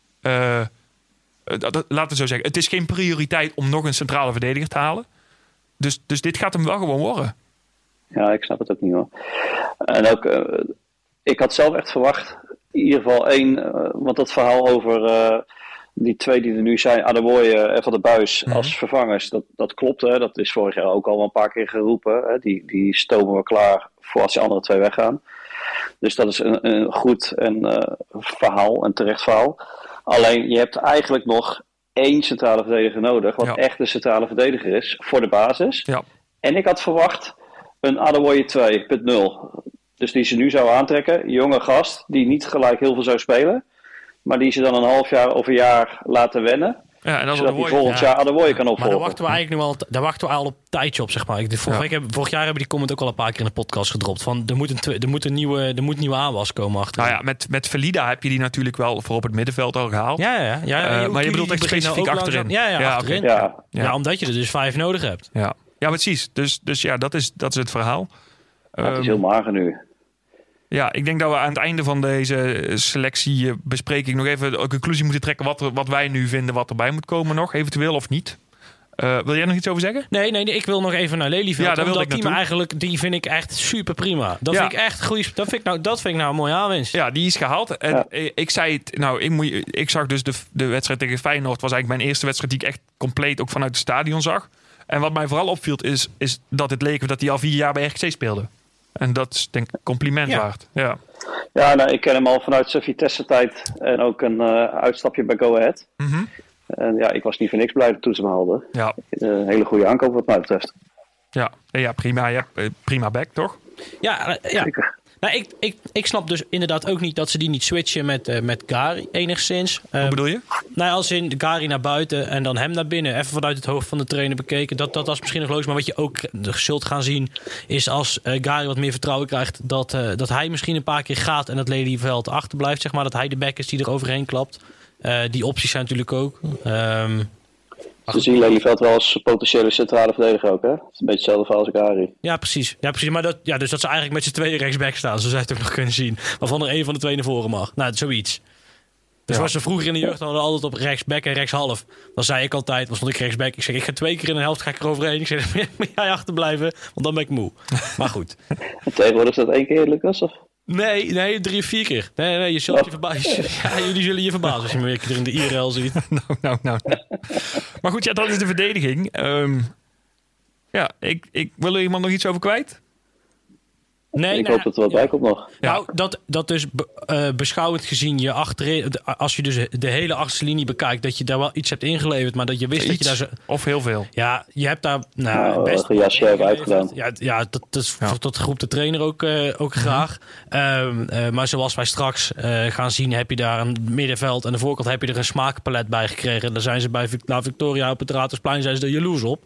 laten we zo zeggen. Het is geen prioriteit om nog een centrale verdediger te halen. Dus dit gaat hem wel gewoon worden. Ja, ik snap het ook niet hoor. En ook, ik had zelf echt verwacht, in ieder geval 1, want dat verhaal over die 2 die er nu zijn, Adeboye en Van der Buis als vervangers, dat klopt. Hè? Dat is vorig jaar ook al een paar keer geroepen. Hè? Die stomen we klaar voor als die andere 2 weggaan. Dus dat is een goed verhaal, een terecht verhaal. Alleen, je hebt eigenlijk nog 1 centrale verdediger nodig, wat echt een centrale verdediger is, voor de basis. Ja. En ik had verwacht een Adeboye 2.0. Dus die ze nu zou aantrekken, jonge gast, die niet gelijk heel veel zou spelen, maar die ze dan een half jaar of een jaar laten wennen. Ja, en zodat hij volgend jaar Adeboye kan opvolgen. Maar daar wachten we eigenlijk daar wachten we al op een tijdje op, zeg maar. Vorig jaar hebben die comment ook al een paar keer in de podcast gedropt. Van er moet nieuwe aanwas komen achter. Nou ja, met Velida heb je die natuurlijk wel voor op het middenveld al gehaald. Maar je bedoelt echt specifiek achterin. Achterin. Ja, omdat je er dus 5 nodig hebt. Ja, precies. Dus ja, dat is het verhaal. Het is heel mager nu. Ja, ik denk dat we aan het einde van deze selectiebespreking nog even een conclusie moeten trekken wat wij nu vinden wat erbij moet komen nog, eventueel of niet. Wil jij nog iets over zeggen? Nee, ik wil nog even naar Lelyveld. Ja, daar wilde ik naartoe. Die vind ik echt super prima. Dat vind ik echt goed. Dat vind ik nou een mooie aanwinst. Ja, die is gehaald. En ik zei het, ik zag dus de wedstrijd tegen Feyenoord, was eigenlijk mijn eerste wedstrijd die ik echt compleet ook vanuit het stadion zag. En wat mij vooral opviel is dat het leek dat hij al 4 jaar bij RKC speelde. En dat is denk ik compliment waard. Ja, ik ken hem al vanuit zijn Vitesse-tijd. En ook een uitstapje bij Go Ahead. Mm-hmm. En ja, ik was niet voor niks blij toen ze me haalden. Ja. Een hele goede aankoop wat mij betreft. Ja, prima. Ja, prima back, toch? Ja. Zeker. Nou, ik snap dus inderdaad ook niet dat ze die niet switchen met Gary enigszins. Wat bedoel je? Nou, als in Gary naar buiten en dan hem naar binnen. Even vanuit het hoofd van de trainer bekeken. Dat is misschien nog logisch. Maar wat je ook zult gaan zien is als Gary wat meer vertrouwen krijgt. Dat hij misschien een paar keer gaat en dat Lelyveld achterblijft. Zeg maar, dat hij de back is die er overheen klapt. Die opties zijn natuurlijk ook. Ze zien Lelyveld wel als potentiële centrale verdediger ook, hè? Het is een beetje hetzelfde verhaal als Gary. Ja, precies. Maar dus dat ze eigenlijk met z'n tweeën rechtsback staan. Zo zou je het ook nog kunnen zien. Waarvan er 1 van de 2 naar voren mag. Nou, zoiets. Dus zoals ze vroeger in de jeugd hadden altijd op rechtsback en rechtshalf. Dan zei ik altijd, dan stond ik rechtsback. Ik zeg, ik ga 2 keer in de helft ga ik eroverheen. Ik zeg, moet jij achterblijven, want dan ben ik moe. Maar goed. En tegenwoordig is dat 1 keer, Lucas? Of? Nee, 3 of 4 keer. Nee, je zult je verbazen. Ja, jullie zullen je verbazen als je me weer er in de IRL ziet. Nou. Maar goed, dat is de verdediging. Ik wil er iemand nog iets over kwijt? Nee, Ik hoop dat er wat bij komt nog. Ja. Nou, dat dus beschouwend gezien je achterin, als je dus de hele achterste linie bekijkt, dat je daar wel iets hebt ingeleverd, maar dat je wist dat je daar zo. Of heel veel. Ja, je hebt daar best een jasje hebben uitgedaan. Ja, dat groept de trainer ook graag. Maar zoals wij straks gaan zien, heb je daar een middenveld. En de voorkant heb je er een smaakpalet bij gekregen. En daar zijn ze bij Victoria op het Raadhuisplein zijn ze er jaloers op.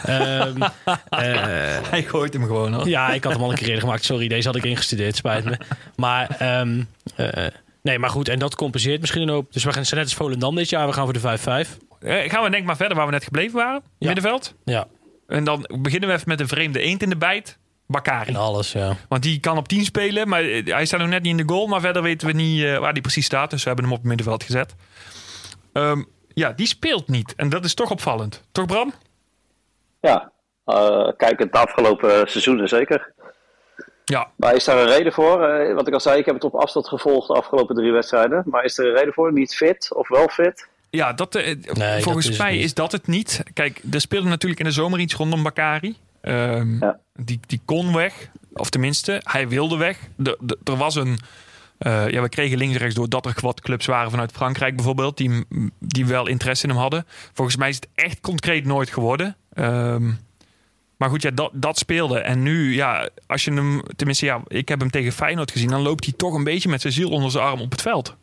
Hij gooit hem gewoon hoor. Ja, ik had hem al een keer eerder gemaakt. Sorry, deze had ik ingestudeerd, spijt me. Maar nee, maar goed, en dat compenseert misschien een hoop. Dus we gaan net als Volendam dit jaar, we gaan voor de 5-5. Gaan we denk maar verder waar we net gebleven waren. Ja. Middenveld. Ja, En dan beginnen we even met een vreemde eend in de bijt. Bakary. en alles, ja. Want die kan op 10 spelen, maar hij staat nog net niet in de goal. Maar verder weten we niet waar hij precies staat. Dus we hebben hem op het middenveld gezet. Ja, die speelt niet. En dat is toch opvallend. Toch, Bram? Ja, kijk, het afgelopen seizoenen zeker. Ja. Maar is daar een reden voor? Wat ik al zei, ik heb het op afstand gevolgd de afgelopen 3 wedstrijden. Maar is er een reden voor? Niet fit of wel fit? Ja, volgens mij is dat het niet. Kijk, er speelde natuurlijk in de zomer iets rondom Bakary. Die kon weg. Of tenminste, hij wilde weg. Er was een... we kregen links en rechts door dat er wat clubs waren vanuit Frankrijk bijvoorbeeld. Die wel interesse in hem hadden. Volgens mij is het echt concreet nooit geworden. Maar goed, ja, dat speelde. En nu, ja, als je hem... Tenminste, ja, ik heb hem tegen Feyenoord gezien. Dan loopt hij toch een beetje met zijn ziel onder zijn arm op het veld.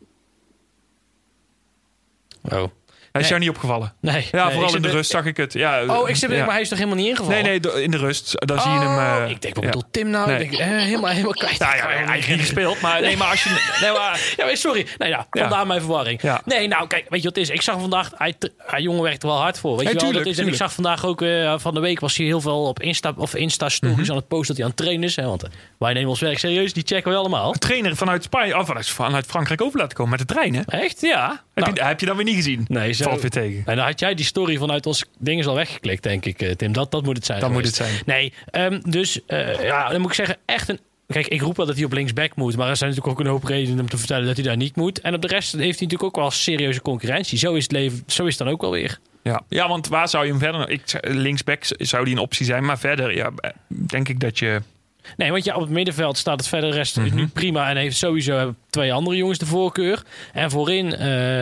Oh. Hij is jou niet opgevallen? Nee. Ja, vooral in de rust zag ik het. Ja, ik zit maar hij is toch helemaal niet ingevallen? Nee, in de rust. Dan zie je hem... ik denk, wat bedoelt Tim nou? Nee. Ik denk, helemaal kwijt. Nou ja, hij heeft niet gespeeld. Maar nee, maar als je... Nee, maar, Ja, sorry. Nou ja, vandaar mijn verwarring. Ja. Nee, nou kijk, weet je wat het is? Ik zag vandaag, hij jongen werkt er wel hard voor. Weet je wel, tuurlijk, dat is. En ik zag vandaag ook, van de week was hij heel veel op Insta-stories aan het posten dat hij aan het trainen is. Hè, want wij nemen ons werk serieus, die checken we allemaal. trainer vanuit Spanje, vanuit Frankrijk over laten komen met de trein, hè? Echt? Ja. Heb je dan weer niet gezien? Nee, zo. Valt weer tegen. En dan had jij die story vanuit ons ding is al weggeklikt, denk ik, Tim. Dat moet het zijn. Dat geweest. moet het zijn. Nee, dus dan moet ik zeggen, echt een... Kijk, ik roep wel dat hij op linksback moet. Maar er zijn natuurlijk ook een hoop redenen om te vertellen dat hij daar niet moet. En op de rest heeft hij natuurlijk ook wel serieuze concurrentie. Zo is het dan ook wel weer. Ja, want waar zou je hem verder... Linksback zou die een optie zijn. Maar verder, ja, denk ik dat je... Nee, want ja, op het middenveld staat het verder de rest nu prima. En heeft sowieso 2 andere jongens de voorkeur. En voorin,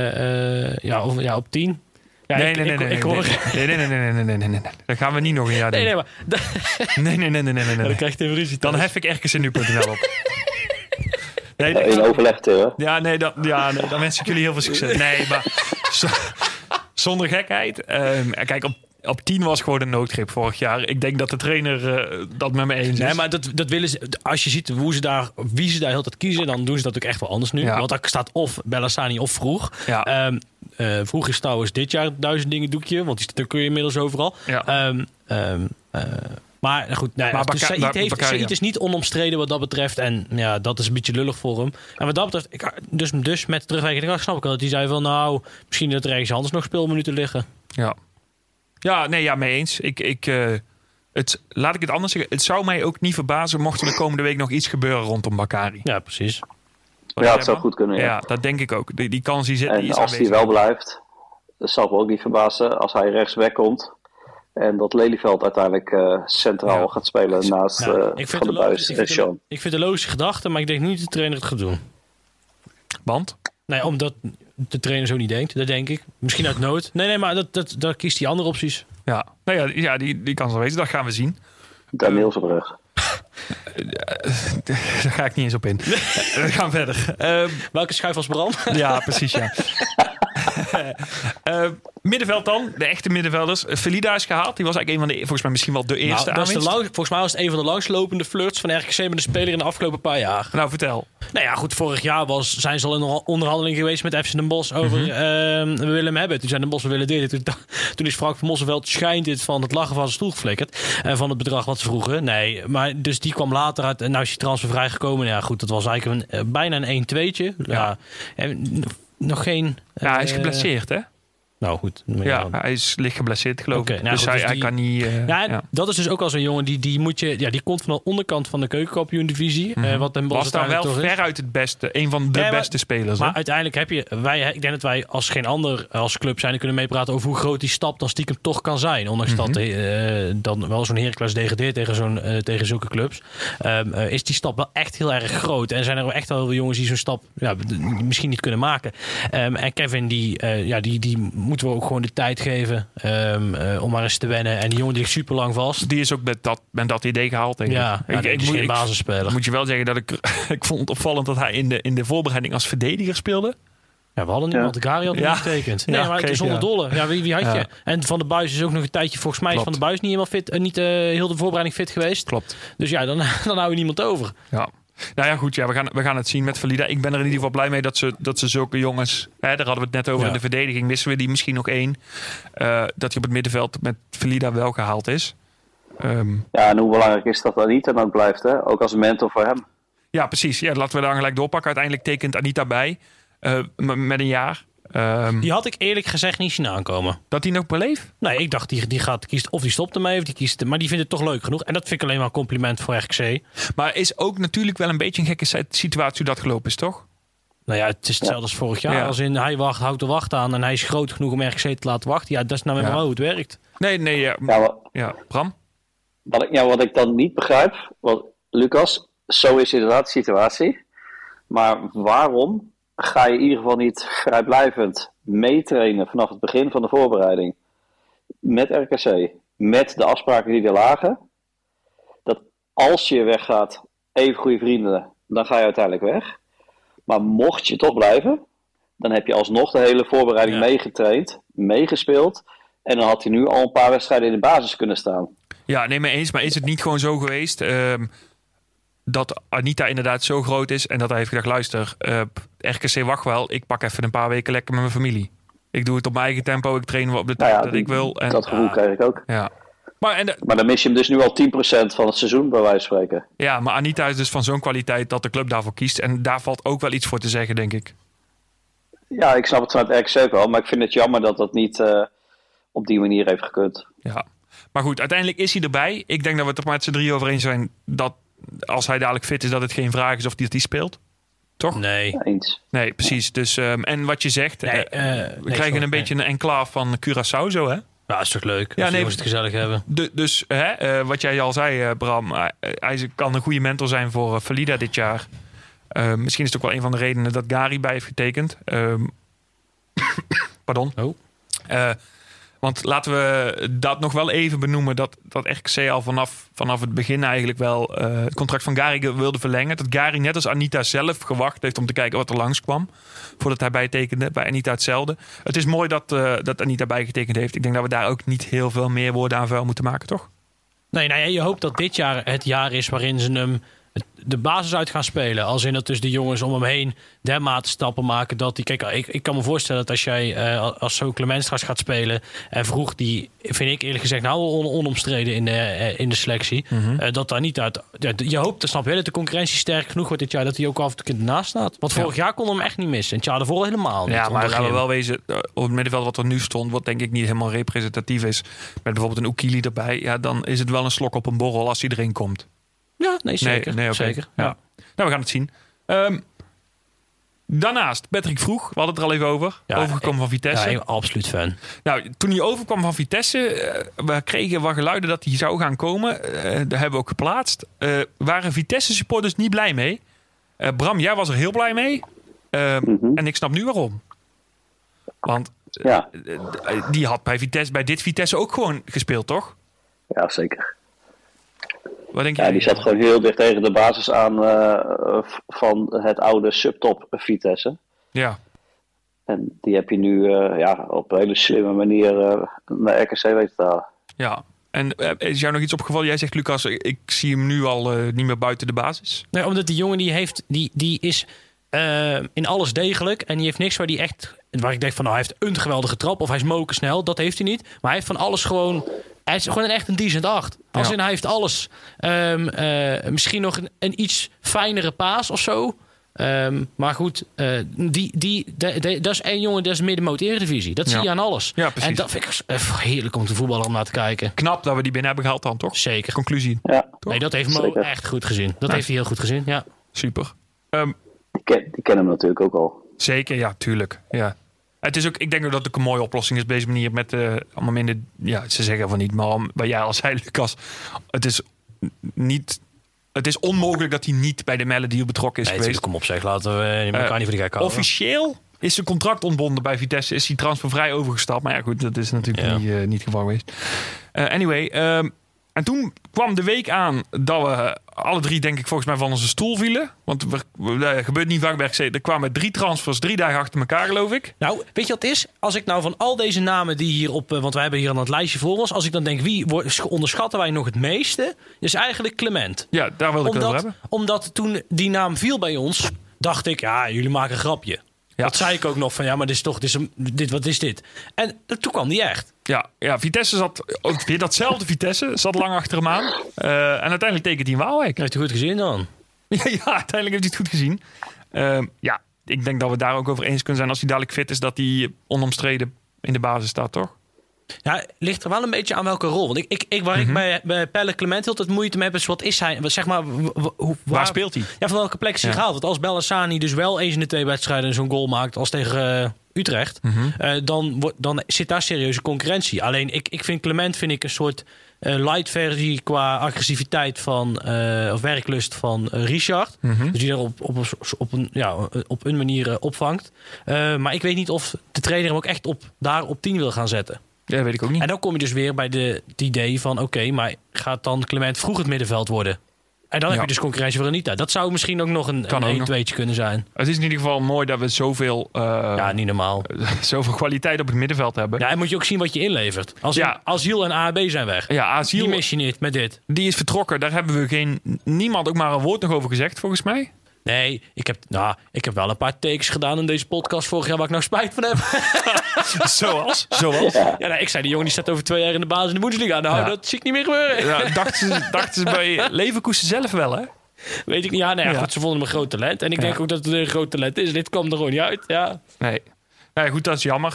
op 10... Ja, Nee. Dan gaan we niet nog een jaar doen. Nee, maar... Nee. Dan krijgt hij ruzie. Dan hef ik rkcnu.nl op. In overleg, hè? Ja, nee, dan wens ik jullie heel veel succes. Nee, maar zonder gekheid. Kijk, op 10 was gewoon een noodgrip vorig jaar. Ik denk dat de trainer dat met me eens is. Nee, maar dat willen ze... Als je ziet wie ze daar heel tijd kiezen, dan doen ze dat ook echt wel anders nu. Ja. Want daar staat of Bellassani of Vroeg. Ja. Vroeg is trouwens dit jaar 1000 dingen doekje, want die kun je inmiddels overal. Ja. Maar goed, Saïd is niet onomstreden wat dat betreft. En ja, dat is een beetje lullig voor hem. En wat dat betreft, dus met terugwerkende kracht snap ik wel dat hij zei van nou, misschien dat er ergens anders nog speelminuten liggen. Ja, mee eens. Laat ik het anders zeggen. Het zou mij ook niet verbazen mocht er de komende week nog iets gebeuren rondom Bakary. Ja, precies. Ja, het zou goed kunnen, Ja, dat denk ik ook. Die kans die zit. En als hij wel blijft, dat zal me ook niet verbazen als hij rechts wegkomt. En dat Lelyveld uiteindelijk centraal gaat spelen naast Van der Buis en Sean. Ik vind het een logische gedachte, maar ik denk niet dat de trainer het gaat doen. Want? Nee, omdat de trainer zo niet denkt. Dat denk ik. Misschien uit nood. Nee, maar daar kiest hij andere opties. Ja, die kan zo wezen. Dat gaan we zien. Daniels op rug. Daar ga ik niet eens op in. We gaan verder. Welke schuif als Bram? Ja, precies, ja. Middenveld dan, de echte middenvelders. Felida is gehaald. Die was eigenlijk een van de, volgens mij misschien wel de eerste aanwinst. Volgens mij was het een van de langslopende flirts van RKC met de speler in de afgelopen paar jaar. Nou, vertel. Nou ja, goed, vorig jaar zijn ze al in onderhandeling geweest met FC Den Bosch over we willen hem hebben. Toen zei Den Bosch, we willen dit. Toen is Frank van Mosselveld schijnt dit van het lachen van zijn stoel geflikkerd. Van het bedrag wat ze vroegen. Nee, maar dus die kwam later uit en nou is hij transfervrij gekomen. Ja goed, dat was eigenlijk bijna een 1-2'tje. Ja. Nog geen... Ja, hij is geblesseerd, hè? Nou goed. Ja, hij is licht geblesseerd, geloof ik. Nou, dus goed, hij kan niet... dat is dus ook al zo'n jongen. Die komt van de onderkant van de keukenkampioen-divisie. Wat Den Bosch was daar wel veruit het beste. Een van de beste spelers. Maar uiteindelijk heb je... Ik denk dat wij als geen ander als club zijn... kunnen meepraten over hoe groot die stap dan stiekem toch kan zijn. Ondanks dat dan wel zo'n Heracles degradeert tegen zulke clubs. Is die stap wel echt heel erg groot. En zijn er echt wel jongens die zo'n stap misschien niet kunnen maken. En Kevin, die moeten we ook gewoon de tijd geven om maar eens te wennen. En die jongen die ligt super lang vast. Die is ook met dat idee gehaald, denk ik. Ik moet geen basisspeler. Moet je wel zeggen dat ik vond het opvallend dat hij in de voorbereiding als verdediger speelde. Ja, we hadden niemand. Gary had niet getekend. Nee, maar het is zonder dolle. Ja, wie had je? En Van der Buijs is ook nog een tijdje, volgens mij is Van der Buijs niet helemaal fit, niet heel de voorbereiding fit geweest. Klopt. Dus ja, dan hou je niemand over. Ja. Nou ja, goed. Ja, we gaan het zien met Valida. Ik ben er in ieder geval blij mee dat ze zulke jongens... daar hadden we het net over in de verdediging. Missen we die misschien nog één. Dat hij op het middenveld met Valida wel gehaald is. En hoe belangrijk is dat Anita dan ook blijft, hè? Ook als mentor voor hem. Ja, precies. Ja, laten we daar gelijk doorpakken. Uiteindelijk tekent Anita bij. Met een jaar. Die had ik eerlijk gezegd niet zien aankomen. Dat hij nog beleeft? Nee, ik dacht die gaat kiezen of die stopt ermee of die kiest. Maar die vindt het toch leuk genoeg. En dat vind ik alleen maar een compliment voor RKC. Maar is ook natuurlijk wel een beetje een gekke situatie hoe dat gelopen is, toch? Nou ja, het is hetzelfde als vorig jaar. Als in hij houdt de wacht aan en hij is groot genoeg om RKC te laten wachten. Ja, dat is nou helemaal hoe het werkt. Nee. Bram? Wat ik dan niet begrijp, Lucas, zo is inderdaad de situatie. Maar waarom ga je in ieder geval niet vrijblijvend meetrainen vanaf het begin van de voorbereiding met RKC, met de afspraken die er lagen, dat als je weggaat, even goede vrienden, dan ga je uiteindelijk weg. Maar mocht je toch blijven, dan heb je alsnog de hele voorbereiding meegetraind, meegespeeld en dan had hij nu al een paar wedstrijden in de basis kunnen staan. Ja, nee, mee eens. Maar is het niet gewoon zo geweest dat Anita inderdaad zo groot is en dat hij heeft gedacht, luister, RKC wacht wel, ik pak even een paar weken lekker met mijn familie. Ik doe het op mijn eigen tempo, ik train op de tijd dat ik wil. En, dat gevoel krijg ik ook. Ja. Maar dan mis je hem dus nu al 10% van het seizoen, bij wijze van spreken. Ja, maar Anita is dus van zo'n kwaliteit dat de club daarvoor kiest. En daar valt ook wel iets voor te zeggen, denk ik. Ja, ik snap het vanuit RKC wel, maar ik vind het jammer dat dat niet op die manier heeft gekund. Ja, maar goed, uiteindelijk is hij erbij. Ik denk dat we het er met z'n drie over eens zijn dat als hij dadelijk fit is, dat het geen vraag is of hij speelt. Toch? Nee. Eens. Nee, precies. Dus, en wat je zegt, we krijgen een beetje een enclave van Curaçao zo, hè? Ja, is toch leuk. Ja, nee, het gezellig hebben. Dus wat jij al zei, Bram, hij kan een goede mentor zijn voor Valida dit jaar. Misschien is het ook wel een van de redenen dat Gary bij heeft getekend. Pardon. Want laten we dat nog wel even benoemen. Dat RKC al vanaf het begin eigenlijk wel het contract van Gary wilde verlengen. Dat Gary net als Anita zelf gewacht heeft om te kijken wat er langskwam. Voordat hij bijtekende. Bij Anita hetzelfde. Het is mooi dat Anita bijgetekend heeft. Ik denk dat we daar ook niet heel veel meer woorden aan vuil moeten maken, toch? Nee, je hoopt dat dit jaar het jaar is waarin ze hem de basis uit gaan spelen. Als in dat dus de jongens om hem heen dermate stappen maken dat die... Kijk, ik kan me voorstellen dat als jij als zo Clement straks gaat spelen en vroeg die, vind ik eerlijk gezegd, nou onomstreden in de selectie. Dat daar niet uit... Je hoopt, snap je, dat de concurrentie sterk genoeg wordt dit jaar dat hij ook af en toe ernaast staat. Want vorig jaar kon hem echt niet missen. En het jaar daarvoor helemaal niet. Ja, maar laten we wel wezen, op het middenveld wat er nu stond, wat denk ik niet helemaal representatief is, met bijvoorbeeld een Oekili erbij, ja, dan is het wel een slok op een borrel als hij erin komt. Ja, nee, zeker. Nee, okay. Zeker. Ja. Nou, we gaan het zien. Daarnaast, Patrick Vroeg, we hadden het er al even over. Overgekomen van Vitesse. Ja, absoluut fan. Nou, toen hij overkwam van Vitesse, we kregen wat geluiden dat hij zou gaan komen. Daar hebben we ook geplaatst. Waren Vitesse supporters niet blij mee? Bram, jij was er heel blij mee. En ik snap nu waarom. Want die had bij dit Vitesse ook gewoon gespeeld, toch? Ja, zeker. Wat denk jij? Die zat gewoon heel dicht tegen de basis aan van het oude subtop Vitesse. Ja. En die heb je nu op een hele slimme manier naar RKC weten te halen. Ja. En is jou nog iets opgevallen? Jij zegt, Lucas, ik zie hem nu al niet meer buiten de basis. Nee, omdat die jongen die is in alles degelijk. En die heeft niks waar ik denk van, nou, hij heeft een geweldige trap. Of hij is mokensnel. Dat heeft hij niet. Maar hij heeft van alles gewoon... Hij is gewoon echt een decent 8. Als in hij heeft alles. Misschien nog een iets fijnere paas of zo. Maar goed, dat is één jongen, dat is middenmoot Eredivisie. Dat zie je aan alles. Ja, precies. En dat vind ik heerlijk om te voetballen om naar te kijken. Knap dat we die binnen hebben gehaald dan, toch? Zeker. Conclusie. Ja, Nee, dat heeft Mo Zeker. echt goed gezien. Dat heeft hij heel goed gezien, ja. Super. die kennen hem natuurlijk ook al. Zeker, ja, tuurlijk. Ja. Het is ook, ik denk ook dat het ook een mooie oplossing is op deze manier met allemaal minder. Ja, ze zeggen van niet, maar waar jij al zei, Lucas, het is onmogelijk dat hij niet bij de Melody betrokken is geweest. Kom op, zeg, laten we elkaar niet voor de gek houden. Officieel is zijn contract ontbonden bij Vitesse, is hij transfervrij overgestapt. Maar ja, goed, dat is natuurlijk niet het geval geweest. Anyway, en toen kwam de week aan dat we alle drie, denk ik, volgens mij van onze stoel vielen. Want dat gebeurt niet vaak bij RKC. Er kwamen 3 transfers 3 dagen achter elkaar, geloof ik. Nou, weet je wat het is? Als ik nou van al deze namen die hierop... want wij hebben hier aan het lijstje voor ons. Als ik dan denk, wie onderschatten wij nog het meeste? Is eigenlijk Clement. Ja, daar wilde ik het over hebben. Omdat toen die naam viel bij ons, dacht ik, ja, jullie maken een grapje. Ja. Dat zei ik ook nog van, ja, maar wat is dit? En toen kwam die echt. Ja, Vitesse zat, ook weer datzelfde Vitesse, zat lang achter hem aan. En uiteindelijk tekent hij in Waalwijk. Heeft u goed gezien dan? Ja, uiteindelijk heeft hij het goed gezien. Ja, ik denk dat we daar ook over eens kunnen zijn als hij dadelijk fit is, dat hij onomstreden in de basis staat, toch? Ja, ligt er wel een beetje aan welke rol. Want ik bij Pelle Clement heel het moeite mee heb, is wat is hij? Zeg maar, waar speelt hij? Ja, van welke plek is hij gehaald? Want als Bellassani dus wel eens in de 2 wedstrijden zo'n goal maakt als tegen Utrecht, dan zit daar serieuze concurrentie. Alleen ik vind Clement een soort light versie qua agressiviteit of werklust van Richard. Dus die er op een manier opvangt. Maar ik weet niet of de trainer hem ook echt daar op 10 wil gaan zetten. Ja, weet ik ook niet. En dan kom je dus weer bij het idee van oké, maar gaat dan Clement vroeg het middenveld worden? En dan heb je dus concurrentie voor Anita. Dat zou misschien ook nog een 1-2'tje kunnen zijn. Het is in ieder geval mooi dat we zoveel... niet normaal. Zoveel kwaliteit op het middenveld hebben. Ja, en moet je ook zien wat je inlevert. Asiel en AAB zijn weg. Ja, Asiel, die mis je niet met dit. Die is vertrokken. Daar hebben we niemand ook maar een woord nog over gezegd, volgens mij. Nee, ik heb wel een paar takes gedaan in deze podcast vorig jaar waar ik nou spijt van heb. Zoals? Ja, ik zei, die jongen die staat over 2 jaar in de basis in de Bundesliga. Nou, dat zie ik niet meer gebeuren. Ja, dachten ze bij Leverkusen zelf wel, hè? Weet ik niet. Goed, ze vonden hem een groot talent. En ik denk ook dat het een groot talent is. Dit kwam er gewoon niet uit, ja. Nee, goed, dat is jammer.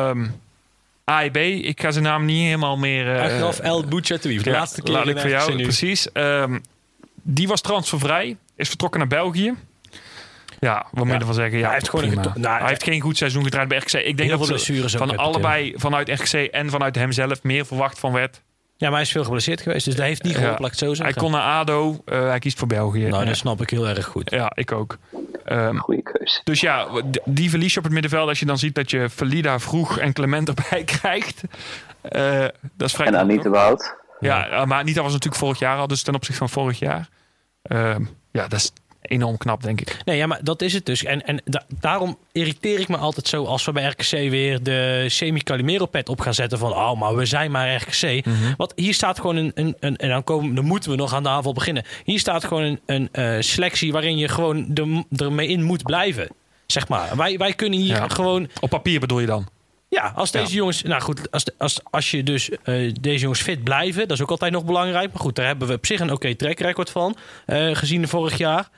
AIB, ik ga zijn naam niet helemaal meer... Agraf El Bouchatoui, de laatste keer. Laat ik voor jou, nu. precies. Die was transfervrij, is vertrokken naar België. Ja, wat moet je ervan zeggen? Ja, hij heeft gewoon hij heeft geen goed seizoen gedraaid bij RKC. Ik denk dat er van allebei, vanuit RKC en vanuit hemzelf, meer verwacht van werd. Ja, maar hij is veel geblesseerd geweest, dus dat heeft niet geholpen, laat ik het zo zeggen. Hij kon naar ADO, hij kiest voor België. Nou, dat snap ik heel erg goed. Ja, ik ook. Goeie keus. Dus ja, die verlies je op het middenveld. Als je dan ziet dat je Valida vroeg en Clement erbij krijgt. Dat is vrij en Anita Wout. Ja, maar Anita was natuurlijk vorig jaar al, dus ten opzichte van vorig jaar. Dat is enorm knap, denk ik. Nee, ja, maar dat is het dus. En daarom irriteer ik me altijd zo als we bij RKC weer de semi-Calimero-pet op gaan zetten van maar we zijn maar RKC. Want hier staat gewoon en dan moeten we nog aan de aanval beginnen. Hier staat gewoon een selectie waarin je gewoon ermee in moet blijven. Zeg maar. Wij kunnen hier gewoon... Op papier bedoel je dan? Ja, als deze jongens... Nou goed, als je dus deze jongens fit blijven, dat is ook altijd nog belangrijk. Maar goed, daar hebben we op zich een oké track record van. Gezien de vorig jaar.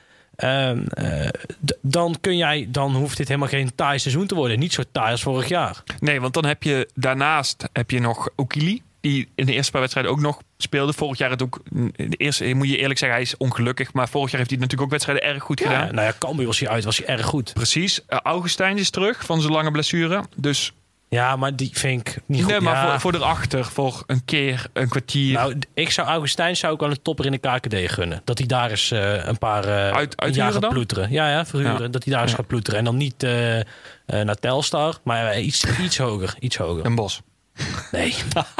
Dan hoeft dit helemaal geen taai seizoen te worden. Niet zo taai als vorig jaar. Nee, want dan heb je daarnaast nog Okili, die in de eerste paar wedstrijden ook nog speelde. Vorig jaar het ook. De eerste, moet je eerlijk zeggen, hij is ongelukkig. Maar vorig jaar heeft hij natuurlijk ook wedstrijden erg goed gedaan. Nou ja, Cambuur was hij erg goed. Precies. Augustijn is terug van zijn lange blessure. Dus... Ja, maar die vind ik niet goed. Nee, maar voor erachter, voor een keer, een kwartier. Nou, Augustijn zou ik wel een topper in de KKD gunnen. Dat hij daar eens een paar jaar gaat ploeteren. Ja, verhuren. Dat hij daar eens gaat ploeteren. En dan niet naar Telstar, maar iets hoger. Een Bos. Nee.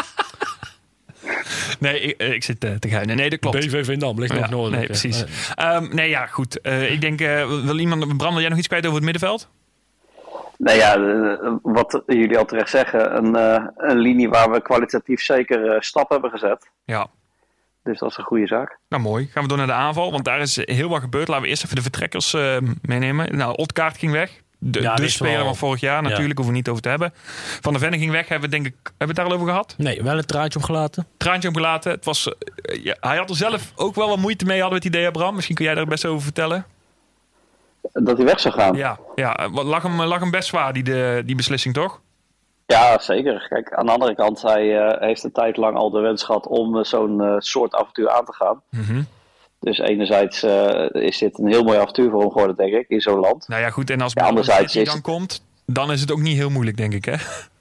Nee, ik zit te geinen. Nee, dat klopt. BV Veendam ligt nog noordelijk. Nee, precies. Goed. Ik denk, Bram, wil jij nog iets kwijt over het middenveld? Nou ja, wat jullie al terecht zeggen, een linie waar we kwalitatief zeker stap hebben gezet. Ja. Dus dat is een goede zaak. Nou, mooi. Gaan we door naar de aanval, want daar is heel wat gebeurd. Laten we eerst even de vertrekkers meenemen. Nou, Otkaart ging weg. De speler van vorig jaar, natuurlijk, hoeven we niet over te hebben. Van der Ven ging weg, hebben we het daar al over gehad? Nee, wel een traantje omgelaten. Het was, hij had er zelf ook wel wat moeite mee, hadden we het idee, Bram. Misschien kun jij daar best over vertellen. dat hij weg zou gaan. Ja. Lag hem best zwaar, die beslissing, toch? Ja, zeker. Kijk, aan de andere kant, hij heeft een tijd lang al de wens gehad om zo'n soort avontuur aan te gaan. Mm-hmm. Dus enerzijds is dit een heel mooi avontuur voor hem geworden, denk ik, in zo'n land. Nou ja, goed. En als anderzijds hij dan komt, dan is het ook niet heel moeilijk, denk ik, hè?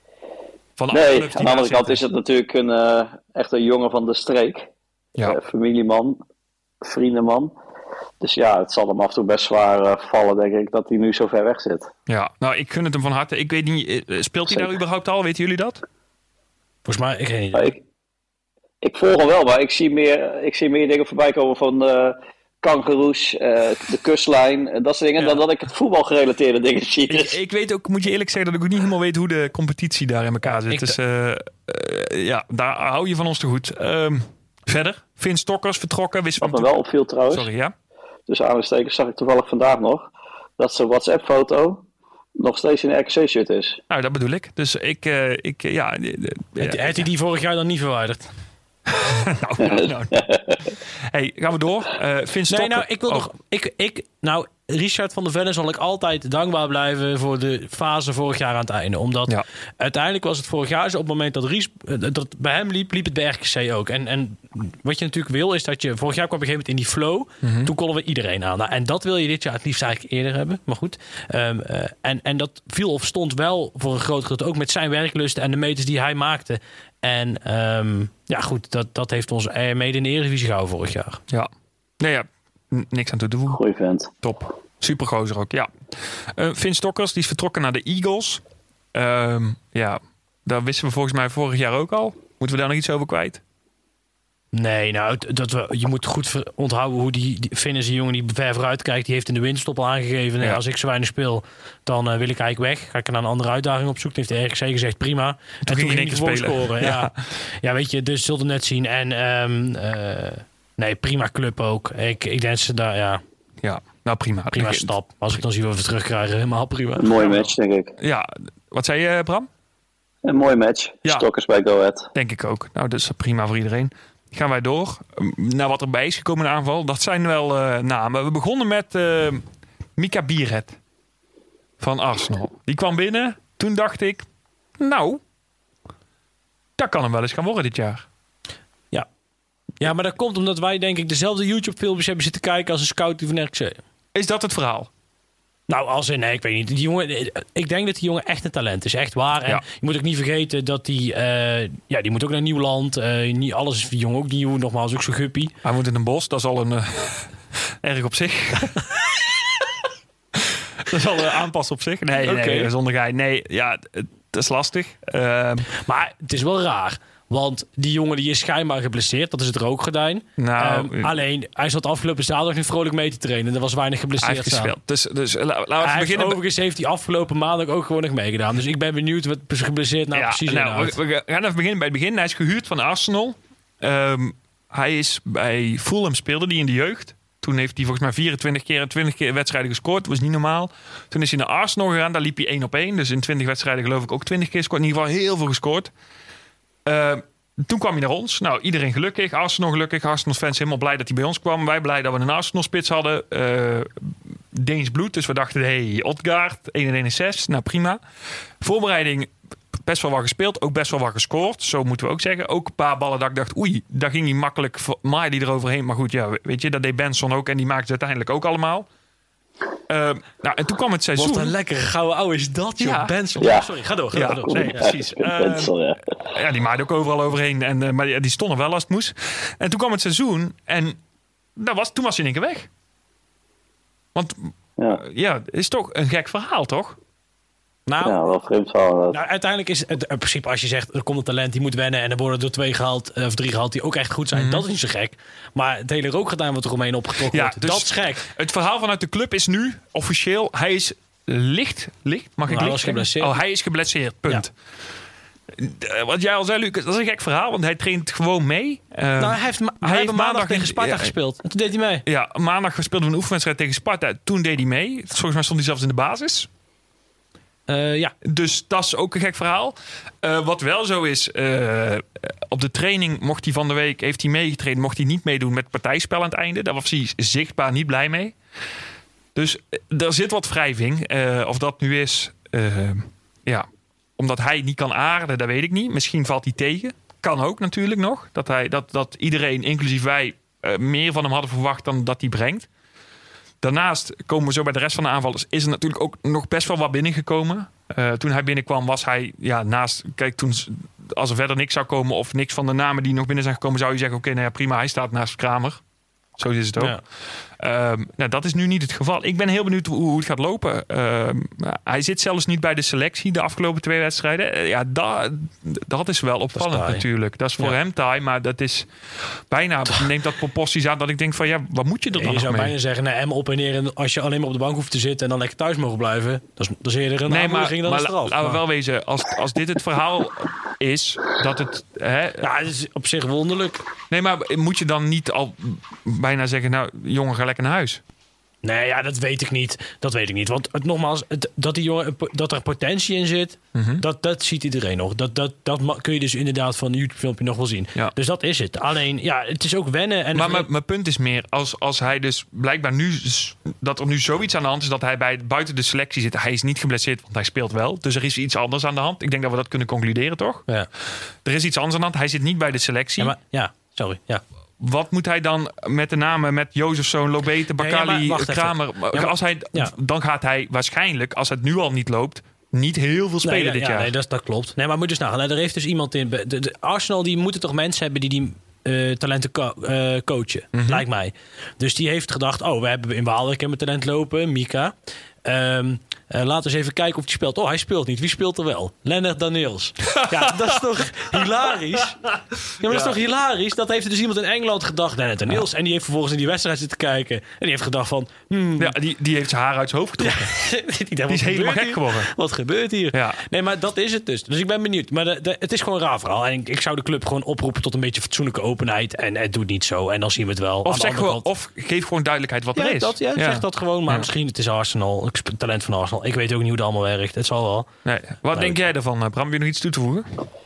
Nee, aan de andere kant is het natuurlijk echt een jongen van de streek. Ja. Familieman, vriendenman. Dus ja, het zal hem af en toe best zwaar vallen, denk ik, dat hij nu zo ver weg zit. Ja, nou, ik gun het hem van harte. Ik weet niet, speelt hij daar überhaupt al? Weten jullie dat? Volgens mij, ik weet niet. Ik volg hem wel, maar ik zie meer dingen voorbij komen van kangoeroes, de kustlijn, dat soort dingen, dan dat ik het voetbalgerelateerde dingen zie. Dus. Ik weet ook, moet je eerlijk zeggen, dat ik ook niet helemaal weet hoe de competitie daar in elkaar zit. Dus ja, daar hou je van ons te goed. Verder, Finn Stokkers vertrokken. Wat me wel opviel trouwens, sorry, ja? Dus aanstekens zag ik toevallig vandaag nog, dat zijn WhatsApp-foto nog steeds in een RKC-shirt is. Nou, dat bedoel ik. Dus heeft hij die vorig jaar dan niet verwijderd? nou. Hey, gaan we door. Finn Stokkers. Nee, nou, ik wil nog... Richard van der Venne zal ik altijd dankbaar blijven voor de fase vorig jaar aan het einde. Omdat uiteindelijk was het vorig jaar zo op het moment dat Ries dat bij hem liep het bij RKC ook. En wat je natuurlijk wil is dat je... Vorig jaar kwam op een gegeven moment in die flow. Mm-hmm. Toen konden we iedereen aan. Nou, en dat wil je dit jaar het liefst eigenlijk eerder hebben. Maar goed. En dat viel of stond wel voor een groot gedeelte ook met zijn werklusten en de meters die hij maakte. En ja goed, dat heeft ons mede in de Eredivisie gehouden vorig jaar. Ja. Nee, ja. Niks aan toe te voegen. Goeie vent. Top. Super gozer ook, ja. Finn Stokkers, die is vertrokken naar de Eagles. Ja, daar wisten we volgens mij vorig jaar ook al. Moeten we daar nog iets over kwijt? Nee, nou, je moet goed onthouden hoe die Finn is een jongen die ver vooruit kijkt. Die heeft in de winterstop al aangegeven. Nee, als ik zo weinig speel, dan wil ik eigenlijk weg. Ga ik naar een andere uitdaging op zoek. Heeft de RKC gezegd, prima. Toen ging hij in één keer spelen. Scoren. Ja, weet je, dus zullen we net zien. En nee, prima club ook. Ik denk dat ze daar, Ja, nou prima. Prima stap. Als ik dan zie wat we terugkrijgen, helemaal prima. Een mooie match, denk ik. Ja, wat zei je, Bram? Een mooie match. Ja. Stokkers bij Go Ahead. Denk ik ook. Nou, dus prima voor iedereen. Gaan wij door naar wat erbij is gekomen in de aanval. Dat zijn wel namen. We begonnen met Mika Bierhet van Arsenal. Die kwam binnen. Toen dacht ik, nou, dat kan hem wel eens gaan worden dit jaar. Ja, maar dat komt omdat wij denk ik dezelfde YouTube-filmpjes hebben zitten kijken als een scout van RKC. Is dat het verhaal? Nou, nee, ik weet niet. Die jongen, ik denk dat die jongen echt een talent is. Echt waar. En je moet ook niet vergeten dat die moet ook naar Nieuwland. Niet alles is die jongen ook nieuw. Nogmaals, ook zo'n guppie. Hij moet in een bos. Dat is al een erg op zich. Dat is al een aanpas op zich. Nee, zonder gein. Nee, ja, dat is lastig. Maar het is wel raar. Want die jongen die is schijnbaar geblesseerd. Dat is het rookgordijn. Nou, alleen, hij zat afgelopen zaterdag nu vrolijk mee te trainen. Er was weinig geblesseerd aan. Dus laten we beginnen. Overigens heeft hij afgelopen maandag ook gewoon nog meegedaan. Dus ik ben benieuwd wat geblesseerd precies inhoudt. We gaan even beginnen bij het begin. Hij is gehuurd van Arsenal. Hij is bij Fulham speelde die in de jeugd. Toen heeft hij volgens mij 24 keer en 20 keer wedstrijden gescoord. Dat was niet normaal. Toen is hij naar Arsenal gegaan. Daar liep hij 1 op 1. Dus in 20 wedstrijden geloof ik ook 20 keer gescoord. In ieder geval heel veel gescoord. Toen kwam hij naar ons. Nou, iedereen gelukkig. Arsenal gelukkig. Arsenal-fans helemaal blij dat hij bij ons kwam. Wij blij dat we een Arsenal-spits hadden. Deens bloed. Dus we dachten, hey, Odgaard, 1-1-6. Nou, prima. Voorbereiding, best wel wat gespeeld. Ook best wel wat gescoord. Zo moeten we ook zeggen. Ook een paar ballen dat ik dacht, oei, daar ging hij makkelijk, maaide die eroverheen. Maar goed, ja, weet je, dat deed Benson ook. En die maakte ze uiteindelijk ook allemaal. Nou, en toen kwam het seizoen. Wat een lekkere gouden ouwe is dat, joh. Ja. Benson. Ja. Sorry, ga door. Nee, precies. Benson, ja, die maaide ook overal overheen. Maar die stond er wel als het moest. En toen kwam het seizoen. En toen was hij in één keer weg. Want is toch een gek verhaal, toch? Nou, wel vreemd verhaal. Nou, uiteindelijk is het in principe als je zegt er komt een talent die moet wennen en er worden er 2 gehaald of 3 gehaald die ook echt goed zijn. Dat is niet zo gek. Maar het hele rookgordijn wat er omheen opgetrokken wordt, dus dat is gek. Het verhaal vanuit de club is nu officieel, hij is licht mag ik licht geblesseerd. Oh, hij is geblesseerd, punt. Ja. Wat jij al zei, Luc, dat is een gek verhaal, want hij traint gewoon mee. Hij heeft maandag tegen Sparta gespeeld. En toen deed hij mee. Ja, maandag speelde we een oefenwedstrijd tegen Sparta. Toen deed hij mee. Volgens mij stond hij zelfs in de basis. Dus dat is ook een gek verhaal. Wat wel zo is, op de training mocht hij van de week, heeft hij meegetraind, mocht hij niet meedoen met partijspel aan het einde. Daar was hij zichtbaar niet blij mee. Dus er zit wat wrijving. Of dat nu is... omdat hij niet kan aarden, dat weet ik niet. Misschien valt hij tegen. Kan ook natuurlijk nog. Dat iedereen, inclusief wij, meer van hem hadden verwacht dan dat hij brengt. Daarnaast komen we zo bij de rest van de aanvallers. Is er natuurlijk ook nog best wel wat binnengekomen. Toen hij binnenkwam was hij naast... Kijk, toen, als er verder niks zou komen of niks van de namen die nog binnen zijn gekomen... zou je zeggen, oké, prima, hij staat naast Kramer. Zo is het ook. Ja. Dat is nu niet het geval. Ik ben heel benieuwd hoe het gaat lopen. Hij zit zelfs niet bij de selectie de afgelopen 2 wedstrijden. Dat is wel opvallend natuurlijk. Dat is voor hem taai, maar dat is bijna... neemt dat proporties aan dat ik denk van wat moet je er dan nog mee? Je zou bijna zeggen, hem op en neer. En als je alleen maar op de bank hoeft te zitten en dan lekker thuis mogen blijven... dat is eerder een aanmoediging dan een straf. Laten we wel wezen, als dit het verhaal is, dat het... het is op zich wonderlijk. Nee, maar moet je dan niet al bijna zeggen... jongen, ga lekker naar huis. Nee, dat weet ik niet. Want nogmaals, dat er potentie in zit, dat ziet iedereen nog. Dat kun je dus inderdaad van een YouTube-filmpje nog wel zien. Ja. Dus dat is het. Alleen, het is ook wennen. En maar mijn punt is meer, als hij dus blijkbaar nu... dat er nu zoiets aan de hand is dat hij buiten de selectie zit. Hij is niet geblesseerd, want hij speelt wel. Dus er is iets anders aan de hand. Ik denk dat we dat kunnen concluderen, toch? Ja. Er is iets anders aan de hand. Hij zit niet bij de selectie. Sorry. Wat moet hij dan met de namen met Jozefzoon, Lobete, Bakali, Kramer... Dan gaat hij waarschijnlijk, als het nu al niet loopt... niet heel veel spelen dit jaar. Nee, dat klopt. Nee, maar moet dus nagaan. Er heeft dus iemand in... De Arsenal die moeten toch mensen hebben die talenten coachen, lijkt mij. Dus die heeft gedacht... we hebben in Waalwijk een talent lopen, Mika... laten we eens even kijken of hij speelt. Hij speelt niet. Wie speelt er wel? Lennart Daniels. Dat is toch hilarisch? Dat is toch hilarisch? Dat heeft dus iemand in Engeland gedacht. Lennart Daniels. En die heeft vervolgens in die wedstrijd zitten kijken. En die heeft gedacht van... die heeft zijn haar uit zijn hoofd getrokken. Die is helemaal gek geworden. Wat gebeurt hier? Ja. Nee, maar dat is het dus. Dus ik ben benieuwd. Maar het is gewoon een raar verhaal. En ik zou de club gewoon oproepen tot een beetje fatsoenlijke openheid. En het doet niet zo. En dan zien we het wel. Of geef gewoon duidelijkheid wat er is. Zeg dat gewoon. Maar misschien het is Arsenal. Talent van Arsenal. Ik weet ook niet hoe het allemaal werkt. Het zal wel. Nee. Wat denk jij ervan, Bram? Heb je nog iets toe te voegen?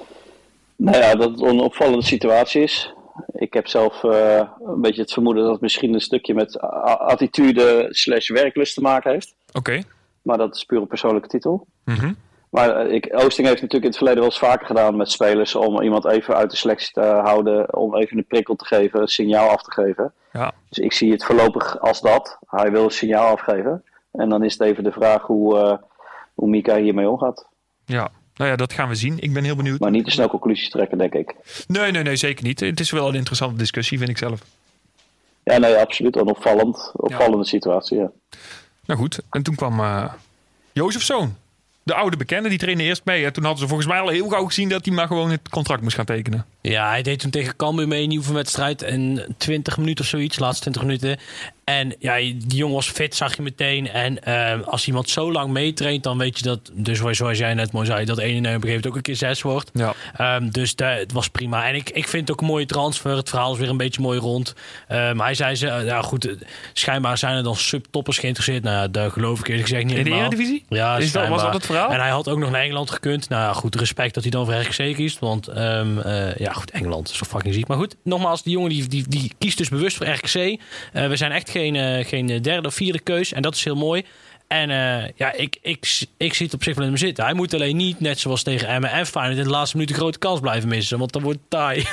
Dat het een opvallende situatie is. Ik heb zelf een beetje het vermoeden dat het misschien een stukje met attitude / werklust te maken heeft. Oké. Maar dat is puur een persoonlijke titel. Maar Oosting heeft natuurlijk in het verleden wel eens vaker gedaan met spelers om iemand even uit de selectie te houden, om even een prikkel te geven, een signaal af te geven. Ja. Dus ik zie het voorlopig als dat. Hij wil een signaal afgeven. En dan is het even de vraag hoe Mika hiermee omgaat. Ja, dat gaan we zien. Ik ben heel benieuwd. Maar niet te snel conclusies trekken, denk ik. Nee, zeker niet. Het is wel een interessante discussie, vind ik zelf. Ja, nee, absoluut. Een opvallende situatie, ja. Nou goed, en toen kwam Jozefzoon. De oude bekende, die trainde eerst mee. Toen hadden ze volgens mij al heel gauw gezien dat hij maar gewoon het contract moest gaan tekenen. Ja, hij deed toen tegen Cambuur mee, een nieuwe wedstrijd. En 20 minuten of zoiets, laatste 20 minuten. En die jongen was fit, zag je meteen. En als iemand zo lang meetraint, dan weet je dat... Dus zoals jij net mooi zei, dat 1 en 1 op een gegeven moment ook een keer 6 wordt. Ja. Dus het was prima. En ik vind het ook een mooie transfer. Het verhaal is weer een beetje mooi rond. Maar hij zei, goed, schijnbaar zijn er dan subtoppers geïnteresseerd. Daar geloof ik eerlijk gezegd niet helemaal. In de Eredivisie? Ja, was dat het verhaal? En hij had ook nog naar Engeland gekund. Goed, respect dat hij dan voor RKC kiest. Want goed, Engeland is zo fucking ziek. Maar goed, nogmaals, die jongen die kiest dus bewust voor RKC. We zijn echt geen derde of 4e keus. En dat is heel mooi. En ik zie het op zich wel in hem zitten. Hij moet alleen niet, net zoals tegen Emmen en Feyenoord, in de laatste minuut een grote kans blijven missen. Want dan wordt het taai.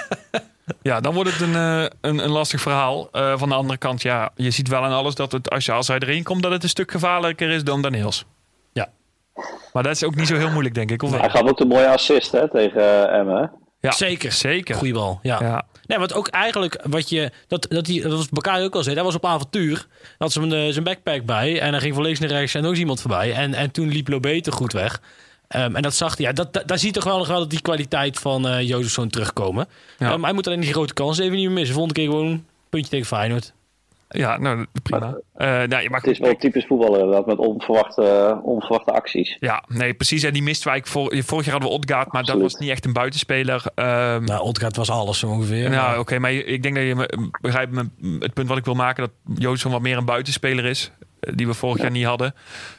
Ja, dan wordt het een lastig verhaal. Van de andere kant, je ziet wel aan alles dat het, als hij erin komt, dat het een stuk gevaarlijker is dan Daniels. Ja. Maar dat is ook niet zo heel moeilijk, denk ik. Of hij gaf ook een mooie assist tegen Emmen. Ja, zeker. Goeie bal, ja. Nee, want ook eigenlijk dat was Bakari ook al zei, hij was op avontuur. Dan had ze zijn backpack bij en dan ging van links naar rechts en nog eens iemand voorbij. En toen liep Lobete goed weg. En dat zag hij. Daar zie je toch wel nog wel die kwaliteit van Jozefzoon terugkomen. Ja. Hij moet alleen die grote kans even niet meer missen. Volgende keer gewoon een puntje tegen Feyenoord. Ja, nou prima. Het is wel typisch voetballen, dat met onverwachte acties. Ja, nee, precies. En die misten wij. Vorig jaar hadden we Odgaard, maar dat was niet echt een buitenspeler. Odgaard was alles zo ongeveer. Nou, oké, maar ik denk dat je begrijpt het punt wat ik wil maken, dat Jozefzoon wat meer een buitenspeler is, die we vorig jaar niet hadden.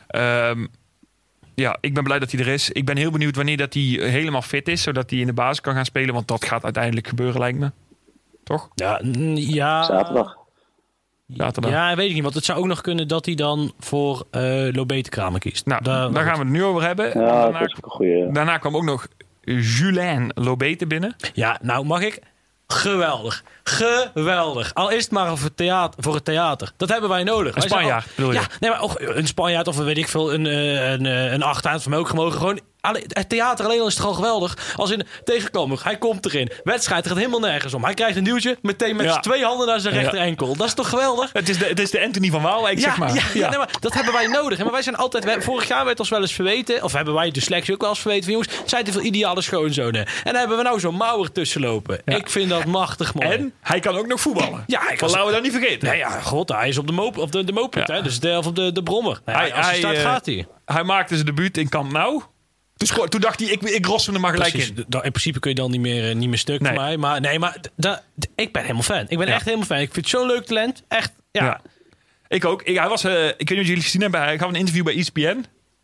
Ik ben blij dat hij er is. Ik ben heel benieuwd wanneer dat hij helemaal fit is, zodat hij in de basis kan gaan spelen, want dat gaat uiteindelijk gebeuren, lijkt me. Toch? Ja. Zaterdag. Zaterdag. Ja, weet ik niet. Want het zou ook nog kunnen dat hij dan voor Lobete-Kramer kiest. Nou, daar gaan we het nu over hebben. Ja, dat is ook een goeie. Daarna kwam ook nog Julien Lobete binnen. Ja, nou mag ik? Geweldig. Geweldig. Al is het maar voor het theater. Dat hebben wij nodig. Een Spanjaard, bedoel je? Ja, nee, maar ook een Spanjaard of weet ik veel, een achterhand van mij ook gemogen. Gewoon, het theater alleen al is toch al geweldig. Als in tegenkomer, hij komt erin. Wedstrijd, er gaat helemaal nergens om. Hij krijgt een duwtje, meteen met zijn 2 handen naar zijn rechter enkel. Dat is toch geweldig? Het is de Anthony van Waalwijk, zeg maar. Ja, nee, maar dat hebben wij nodig. Maar wij zijn altijd... vorig jaar werd ons wel eens verweten... of hebben wij de selectie ook wel eens verweten... van jongens, zijn te veel ideale schoonzonen. En dan hebben we nou zo'n Mauer tussenlopen. Ja. Ik vind dat machtig mooi. En hij kan ook nog voetballen. Ja, laten we dat niet vergeten. Nee, ja, god, hij is op de moped, hè. Dus of op de brommer. Nou, als hij staat, gaat hij. Hij maakte zijn debuut in Camp Nou. Toen dacht hij, ik rossen hem maar gelijk in. In principe kun je dan niet meer stuk voor mij. Maar ik ben helemaal fan. Ik ben echt helemaal fan. Ik vind het zo'n leuk talent. Echt, ja. Ik ook. Ik weet niet of jullie gezien hebben. Hij gaf een interview bij ESPN.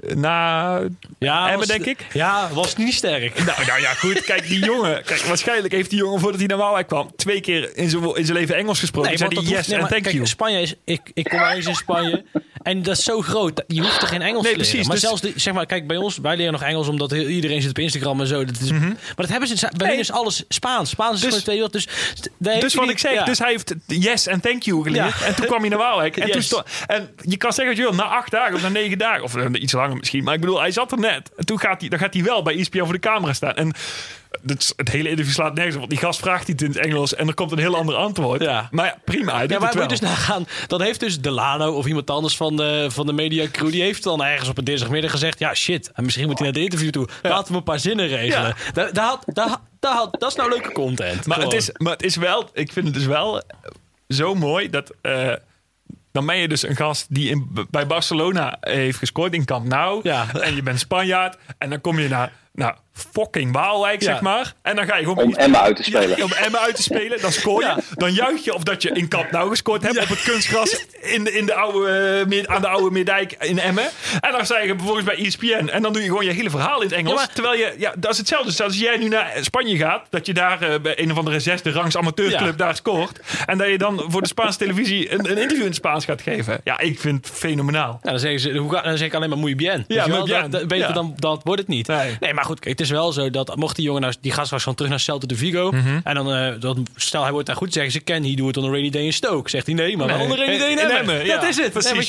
Emmen, denk ik. Ja, was niet sterk. Nou ja, goed. Kijk, die jongen... waarschijnlijk heeft die jongen, voordat hij naar Waalwijk kwam... 2 keer in zijn leven Engels gesproken. Nee, zei hij yes en thank you. Spanje is... Ik kom eens in Spanje... En dat is zo groot. Je hoeft er geen Engels te leren. Precies, maar zelfs, zeg maar, kijk, bij ons... Wij leren nog Engels omdat iedereen zit op Instagram en zo. Dat is, Maar dat hebben ze... Bij hen is alles Spaans. Spaans is gewoon 2 Dus wat ik zeg. Dus hij heeft yes en thank you geleerd. Ja. En toen kwam hij naar Waalwijk. En, en je kan zeggen, joh, na 8 dagen of na 9 dagen... Of iets langer misschien. Maar ik bedoel, hij zat er net. En toen gaat hij wel bij ESPN voor de camera staan. En het hele interview slaat nergens op. Want die gast vraagt iets in het Engels en er komt een heel ander antwoord. Ja. Maar ja, prima. Hij doet het wel. Moet je dus nagaan. Dan heeft dus Delano of iemand anders van de media crew... die heeft dan ergens op een dinsdagmiddag gezegd... ja, shit. En misschien moet hij naar de interview toe. Laten we een paar zinnen regelen. Ja. Dat is nou leuke content. Maar het is wel... Ik vind het dus wel zo mooi dat... dan ben je dus een gast die bij Barcelona heeft gescoord in Camp Nou. Ja. En je bent Spanjaard. En dan kom je naar fucking Waalwijk, zeg maar. En dan ga je gewoon... Om Emmen uit te spelen. Om Emmen uit te spelen. Dan scoor je. Ja. Dan juich je of dat je in Camp Nou gescoord hebt. Ja. Op het kunstgras in de aan de oude Meerdijk in Emmen. En dan zeg je vervolgens bij ESPN. En dan doe je gewoon je hele verhaal in het Engels. Ja, terwijl je... Ja, dat is hetzelfde. Dus als jij nu naar Spanje gaat. Dat je daar bij een of andere 6e rangs amateurclub daar scoort. En dat je dan voor de Spaanse televisie een interview in het Spaans gaat geven. Ja, ik vind het fenomenaal. Ja, dan zeg ik alleen maar muy bien. Ja, muy bien. Beter dan dat wordt het niet. Nee, maar goed. Kijk, het is wel zo dat mocht die jongen die gaat straks gewoon terug naar Celta de Vigo. En dan stel hij wordt daar goed, zeggen ze can he do it on a rainy day in Stoke. Zegt hij nee, maar on a rainy day in Emmen. Ja, dat is het. Precies,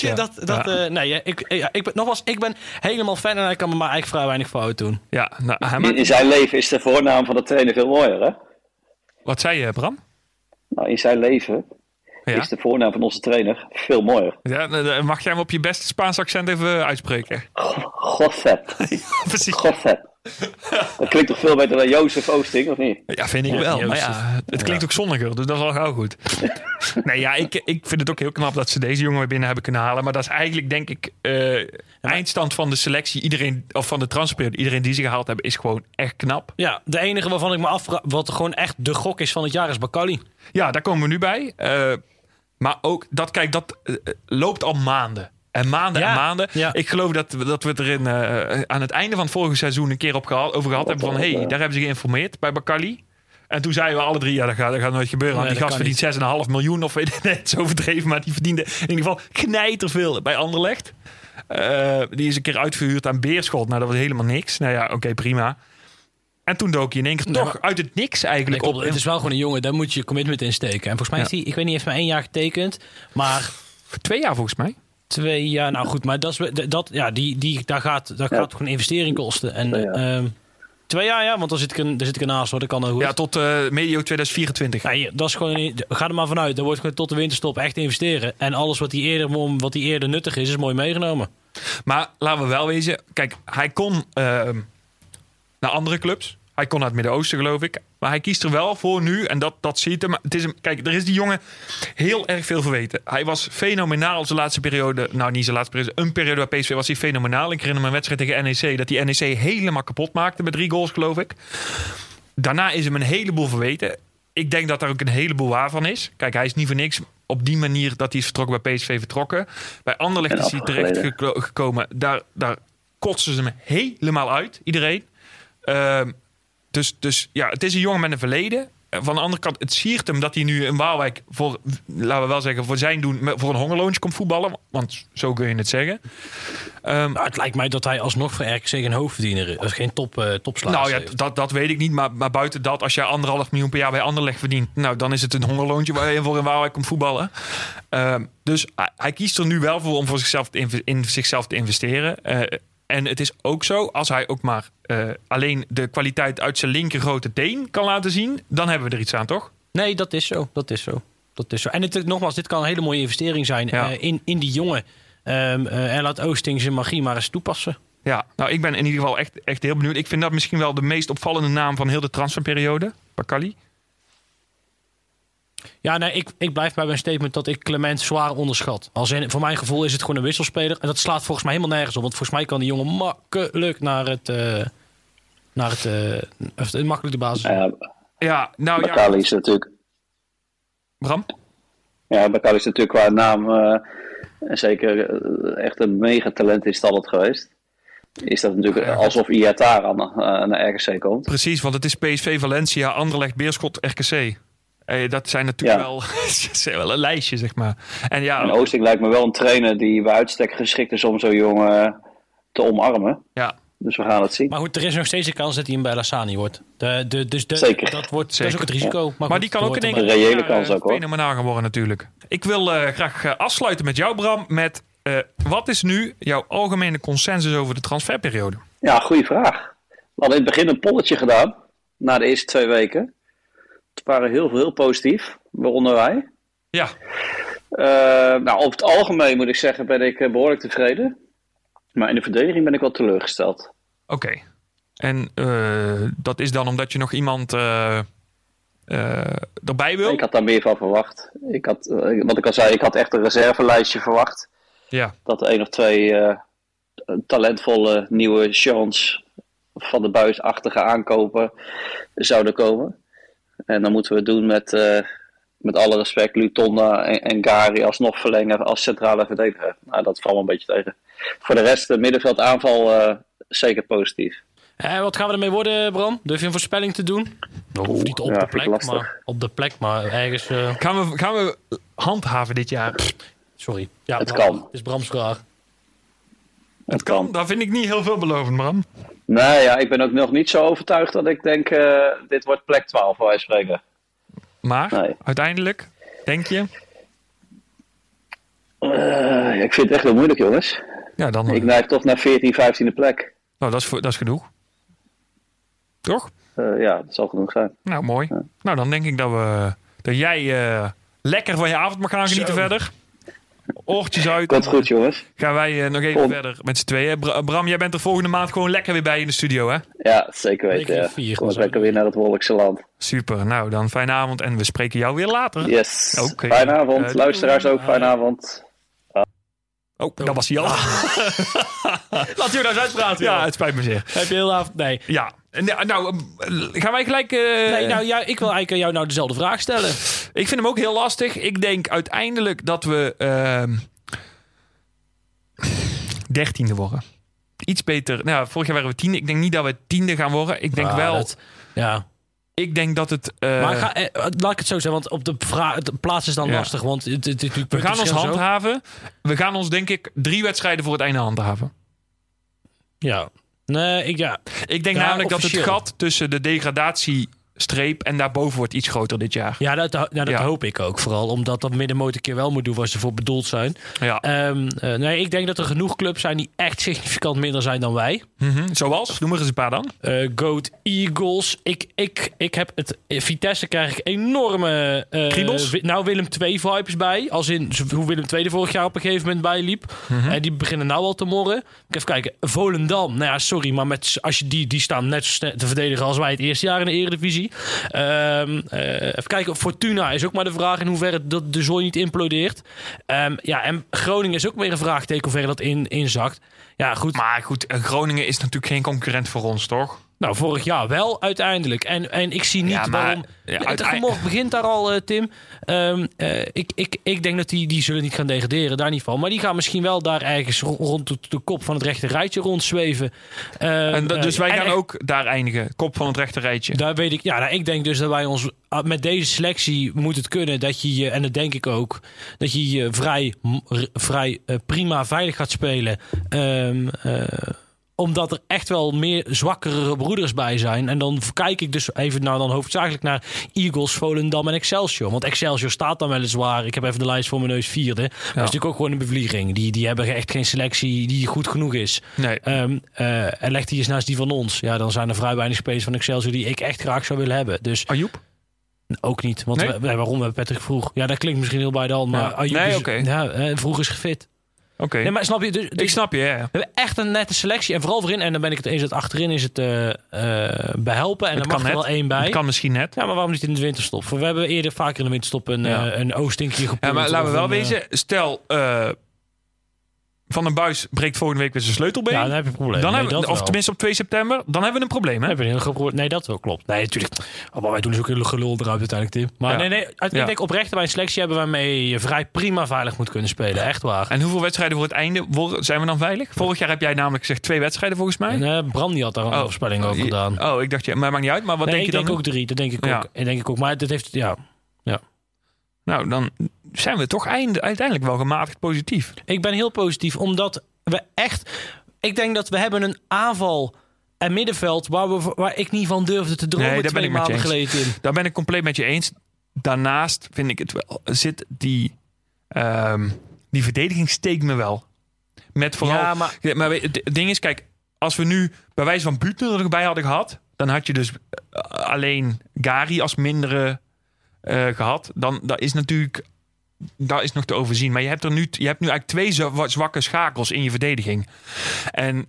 ik ben helemaal fan en hij kan me maar eigenlijk vrij weinig fout doen. Ja, in zijn leven is de voornaam van de trainer veel mooier, hè? Wat zei je, Bram? Nou, in zijn leven is de voornaam van onze trainer veel mooier. Ja, mag jij hem op je beste Spaans accent even uitspreken? Gossep. Precies. Gossep. Dat klinkt toch veel beter dan Jozef Oosting, of niet? Ja, vind ik wel. Maar ja, het klinkt ook zonniger, dus dat is al gauw goed. Nee, ja, ik vind het ook heel knap dat ze deze jongen weer binnen hebben kunnen halen. Maar dat is eigenlijk, denk ik, eindstand van de selectie. Iedereen, of van de transferperiode. Iedereen die ze gehaald hebben, is gewoon echt knap. Ja, de enige waarvan ik me afvraag, wat gewoon echt de gok is van het jaar, is Bakali. Ja, daar komen we nu bij. Maar ook, dat loopt al maanden. En maanden. Ja. Ik geloof dat we het er aan het einde van het vorige seizoen een keer over gehad hebben. Van, daar hebben ze geïnformeerd bij Bakali. En toen zeiden we alle 3, dat gaat nooit gebeuren. Want die gast verdient 6,5 miljoen. Of weet ik net, zo overdreven. Maar die verdiende in ieder geval knijterveel bij Anderlecht. Die is een keer uitverhuurd aan Beerschot. Nou, dat was helemaal niks. Nou ja, oké, prima. En toen dook hij in één keer toch uit het niks eigenlijk op. Het is wel gewoon een jongen, daar moet je commitment in steken. En volgens mij is hij, ik weet niet, heeft maar 1 jaar getekend. Maar 2 jaar volgens mij. 2 jaar, nou goed, maar daar gaat gewoon investering kosten. En 2 jaar, ja, want dan zit ik ernaast, hoor. Dat kan goed. Ja, tot medio 2024. Ja, dat is gewoon, ga er maar vanuit. Dan wordt gewoon tot de winterstop echt investeren. En alles wat hij eerder nuttig is mooi meegenomen. Maar laten we wel wezen, kijk, hij kon naar andere clubs. Hij kon naar het Midden-Oosten, geloof ik. Maar hij kiest er wel voor nu. En dat ziet hem. Kijk, er is die jongen heel erg veel verweten. Hij was fenomenaal zijn laatste periode. Nou, niet zijn laatste periode. Een periode bij PSV was hij fenomenaal. Ik herinner me een wedstrijd tegen NEC. Dat die NEC helemaal kapot maakte met 3 goals, geloof ik. Daarna is hem een heleboel verweten. Ik denk dat daar ook een heleboel waar van is. Kijk, hij is niet voor niks op die manier dat hij is vertrokken bij PSV vertrokken. Bij Anderlecht is hij terecht gekomen. Daar kotsen ze hem helemaal uit, iedereen. Dus ja, het is een jongen met een verleden. van de andere kant, het siert hem dat hij nu in Waalwijk voor, laten we wel zeggen, voor zijn doen, voor een hongerloontje komt voetballen. Want zo kun je het zeggen. Nou, het lijkt mij dat hij alsnog voor RKC geen hoofdverdiener is. Geen topslager. Nou ja, dat weet ik niet. Maar buiten dat, als jij 1,5 miljoen per jaar bij Anderlecht verdient, nou, dan is het een hongerloontje waar je voor in Waalwijk komt voetballen. Dus hij kiest er nu wel voor om voor zichzelf te investeren. En het is ook zo, als hij ook maar alleen de kwaliteit uit zijn linker grote teen kan laten zien, dan hebben we er iets aan, toch? Nee, dat is zo. En nogmaals, dit kan een hele mooie investering zijn in die jongen. En laat Oosting zijn magie maar eens toepassen. Ja, nou, ik ben in ieder geval echt heel benieuwd. Ik vind dat misschien wel de meest opvallende naam van heel de transferperiode. Bakali. Ja, nee, ik blijf bij mijn statement dat ik Clement zwaar onderschat. Voor mijn gevoel is het gewoon een wisselspeler. En dat slaat volgens mij helemaal nergens op. Want volgens mij kan die jongen makkelijk makkelijk de basis. Ja, nou ja. Bakali is natuurlijk... Bram? Ja, Bakali is natuurlijk qua naam... en zeker echt een megatalent is het altijd geweest. Is dat natuurlijk alsof Iatara naar RKC komt. Precies, want het is PSV, Valencia, Anderlecht, Beerschot, RKC. Dat zijn natuurlijk wel een lijstje, zeg maar. En Oosting lijkt me wel een trainer die bij uitstek geschikt is om zo'n jongen te omarmen. Ja. Dus we gaan het zien. Maar goed, er is nog steeds een kans dat hij een Bellassani wordt. Zeker. Dat is ook het risico. Ja. Maar die kan ook in één keer een reële kans ook, hoor. fenomenaal gaan worden natuurlijk. Ik wil graag afsluiten met jou, Bram, met wat is nu jouw algemene consensus over de transferperiode? Ja, goede vraag. We hadden in het begin een polletje gedaan, na de eerste 2 weken. Het waren heel positief, waaronder wij. Ja. Nou, op het algemeen moet ik zeggen, ben ik behoorlijk tevreden. Maar in de verdediging ben ik wel teleurgesteld. Oké. En dat is dan omdat je nog iemand erbij wil? Ik had daar meer van verwacht. Wat ik al zei, ik had echt een reservelijstje verwacht. Ja. Dat er 1 of 2 talentvolle nieuwe Seans van de buisachtige aankopen zouden komen. En dan moeten we het doen met alle respect Lutonda en Gari alsnog verlengen als centrale verdediger. Nou, dat valt me een beetje tegen. Voor de rest, de middenveld aanval zeker positief. Wat gaan we ermee worden, Bram? Durf je een voorspelling te doen? Of niet op de plek, maar ergens... Gaan we handhaven dit jaar? Sorry. Ja, het kan. Het is Brams vraag. Het kan. Daar vind ik niet heel veelbelovend, Bram. Nee, ja, ik ben ook nog niet zo overtuigd dat ik denk, dit wordt plek 12 voor wij spreken. Maar, uiteindelijk, denk je? Ik vind het echt heel moeilijk, jongens. Ja, dan, ik neig toch naar 14, 15e plek. Nou, dat is genoeg. Toch? Ja, dat zal genoeg zijn. Nou, mooi. Ja. Nou, dan denk ik dat jij lekker van je avond mag gaan genieten verder. Oortjes uit. Komt goed, jongens. Gaan wij nog even verder met z'n tweeën. Bram, jij bent er volgende maand gewoon lekker weer bij in de studio, hè? Ja, zeker weten. Kom eens lekker weer naar het Wolkse land. Super. Nou, dan fijne avond en we spreken jou weer later. Yes. Okay. Fijne avond. Luisteraars ook, fijne avond. Oh, dat was hij al. Laat je nou eens uitpraten. Ja, het spijt me zeer. Heb je heel avond? Nee. Ja. Nou, gaan wij gelijk... Nee, nou ja, ik wil eigenlijk jou nou dezelfde vraag stellen. Ik vind hem ook heel lastig. Ik denk uiteindelijk dat we 13e worden. Iets beter. Nou, vorig jaar waren we 10e. Ik denk niet dat we 10e gaan worden. Ik denk wel... Ik denk dat het... Maar laat ik het zo zeggen, want op de plaats is dan lastig. Want we gaan ons handhaven. We gaan ons, denk ik, 3 wedstrijden voor het einde handhaven. Ja. Nee, ik denk namelijk dat het gat tussen de degradatiestreep en daarboven wordt iets groter dit jaar. Ja, dat hoop ik ook. Vooral omdat dat middenmoot een keer wel moet doen waar ze voor bedoeld zijn. Ja. Nee, ik denk dat er genoeg clubs zijn die echt significant minder zijn dan wij. Mm-hmm. Zoals? Noem er eens een paar dan. Goat Eagles. Ik heb het... Vitesse krijg ik enorme... Kriebels? Willem II vibes bij. Als in hoe Willem II er vorig jaar op een gegeven moment bij liep. Mm-hmm. En die beginnen nou al te morren. Even kijken. Volendam. Nou ja, sorry, maar als je die staan net zo te verdedigen als wij het eerste jaar in de Eredivisie. Even kijken. Fortuna is ook maar de vraag in hoeverre de zooi niet implodeert. En Groningen is ook weer een vraagteken hoe ver dat inzakt. Ja, goed. Maar goed, Groningen is natuurlijk geen concurrent voor ons, toch? Nou, vorig jaar wel uiteindelijk. En ik zie niet waarom... Het gemorgen begint daar al, Tim. Ik denk dat die zullen niet gaan degraderen, daar niet van. Maar die gaan misschien wel daar ergens rond de kop van het rechte rijtje rondzweven. Dus wij gaan ook daar eindigen. Kop van het rechte rijtje. Daar weet ik. Ja, ik denk dus dat wij ons... Met deze selectie moet het kunnen dat je... En dat denk ik ook. Dat je vrij prima veilig gaat spelen. Omdat er echt wel meer zwakkere broeders bij zijn. En dan kijk ik dus even dan hoofdzakelijk naar Eagles, Volendam en Excelsior. Want Excelsior staat dan weliswaar, ik heb even de lijst voor mijn neus, 4e. Ja. Dat is natuurlijk ook gewoon een bevlieging. Die hebben echt geen selectie die goed genoeg is. Nee. En legt die eens naast die van ons. Ja, dan zijn er vrij weinig spelers van Excelsior die ik echt graag zou willen hebben. Dus Ayoub? Ook niet. Want waarom hebben Patrick Vroeg? Ja, dat klinkt misschien heel bij de hand. Maar Ayoub Vroeg is gefit. Oké. Nee, maar snap je? Dus ik snap je, ja. We hebben echt een nette selectie. En vooral voorin, en dan ben ik het eens dat achterin is het behelpen. En het er mag er wel één bij. Het kan misschien net. Ja, maar waarom niet in de winterstop? We hebben eerder vaker in de winterstop een Oostinkje gepoeld. Ja, maar laten we wel wezen. Stel, Van den Buis breekt volgende week weer zijn sleutelbeen. Ja, dan heb je een probleem. Of tenminste op 2 september. Dan hebben we een probleem, hè? Hebben we een heel groot probleem. Nee, dat wel klopt. Nee, natuurlijk. Maar wij doen dus ook een gelul eruit uiteindelijk, Tim. Maar ik denk oprecht bij een selectie hebben waarmee je vrij prima veilig moet kunnen spelen. Echt waar. En hoeveel wedstrijden voor het einde zijn we dan veilig? Vorig jaar heb jij namelijk gezegd 2 wedstrijden volgens mij. En Brandy had daar een voorspelling over gedaan. Oh, ik dacht, maar maakt niet uit. Maar wat denk je dan? Ik denk ook 3. Dat denk ik ook. Maar dat heeft, ja. Nou, dan zijn we toch uiteindelijk wel gematigd positief. Ik ben heel positief, omdat we echt... Ik denk dat we hebben een aanval en middenveld waar ik niet van durfde te dromen 2 maanden geleden. Daar ben ik compleet met je eens. Daarnaast vind ik het wel... Zit die verdediging steekt me wel. Met vooral... Ja, maar het ding is, kijk, als we nu bij wijze van Buutner erbij hadden gehad, dan had je dus alleen Gary als mindere gehad. Dan dat is natuurlijk... Dat is nog te overzien. Maar je hebt nu eigenlijk 2 zwakke schakels in je verdediging. En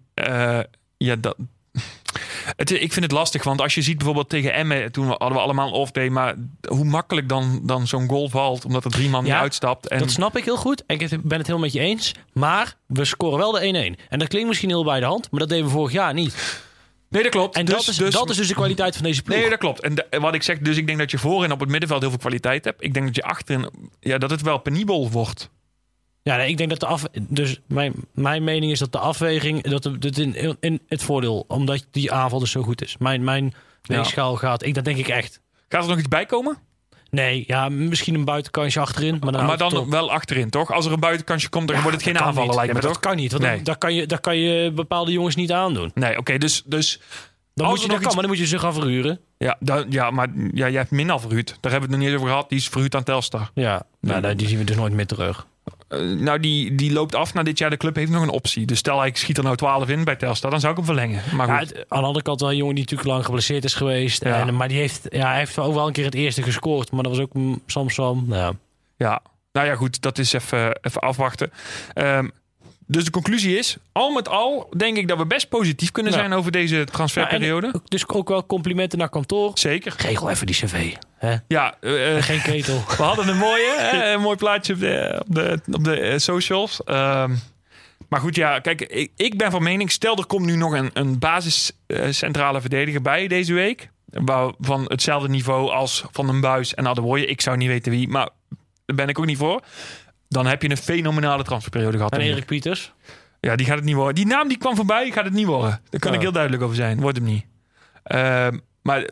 ik vind het lastig. Want als je ziet bijvoorbeeld tegen Emmen, toen hadden we allemaal een off-day. Maar hoe makkelijk dan zo'n goal valt, omdat er 3 man niet uitstapt. En... Dat snap ik heel goed. Ik ben het helemaal met je eens. Maar we scoren wel de 1-1. En dat klinkt misschien heel bij de hand. Maar dat deden we vorig jaar niet. Nee, dat klopt. En dat is dus de kwaliteit van deze ploeg. Nee, dat klopt. En wat ik zeg, dus ik denk dat je voorin op het middenveld heel veel kwaliteit hebt. Ik denk dat je achterin, dat het wel penibel wordt. Ja, nee, ik denk dat dus mijn mening is dat de afweging, dat in het voordeel, omdat die aanval dus zo goed is. Mijn weegschaal gaat, dat denk ik echt. Gaat er nog iets bij komen? Nee, ja, misschien een buitenkansje achterin. Maar dan wel achterin, toch? Als er een buitenkansje komt, dan wordt het geen aanvallen, lijkt me, toch? Dat kan niet, want dat kan je bepaalde jongens niet aandoen. Nee, oké, dus dan moet je maar dan moet je ze gaan verhuren. Maar jij hebt Min al verhuurd. Daar hebben we het nog niet over gehad. Die is verhuurd aan Telstar. Ja, die zien we dus nooit meer terug. Die loopt af na dit jaar. De club heeft nog een optie. Dus stel ik schiet er nou 12 in bij Telstar, dan zou ik hem verlengen. Maar aan de andere kant wel een jongen die natuurlijk lang geblesseerd is geweest. Ja. Maar die hij heeft ook wel een keer het eerste gescoord. Maar dat was ook Samson. Ja, nou ja, goed. Dat is even afwachten. Dus de conclusie is, al met al denk ik dat we best positief kunnen zijn over deze transferperiode. Dus ook wel complimenten naar kantoor. Zeker. Regel even die cv. Hè? Ja. Geen ketel. We hadden een mooie, een mooi plaatje op de socials. Maar goed, ja, kijk, ik ben van mening, stel er komt nu nog een basis centrale verdediger bij deze week. Van hetzelfde niveau als Van den Buis en Adeboye. Ik zou niet weten wie, maar daar ben ik ook niet voor. Dan heb je een fenomenale transferperiode gehad. En Erik Pieters? Ja, die gaat het niet worden. Die naam die kwam voorbij, gaat het niet worden. Daar kan ik heel duidelijk over zijn. Wordt hem niet. Maar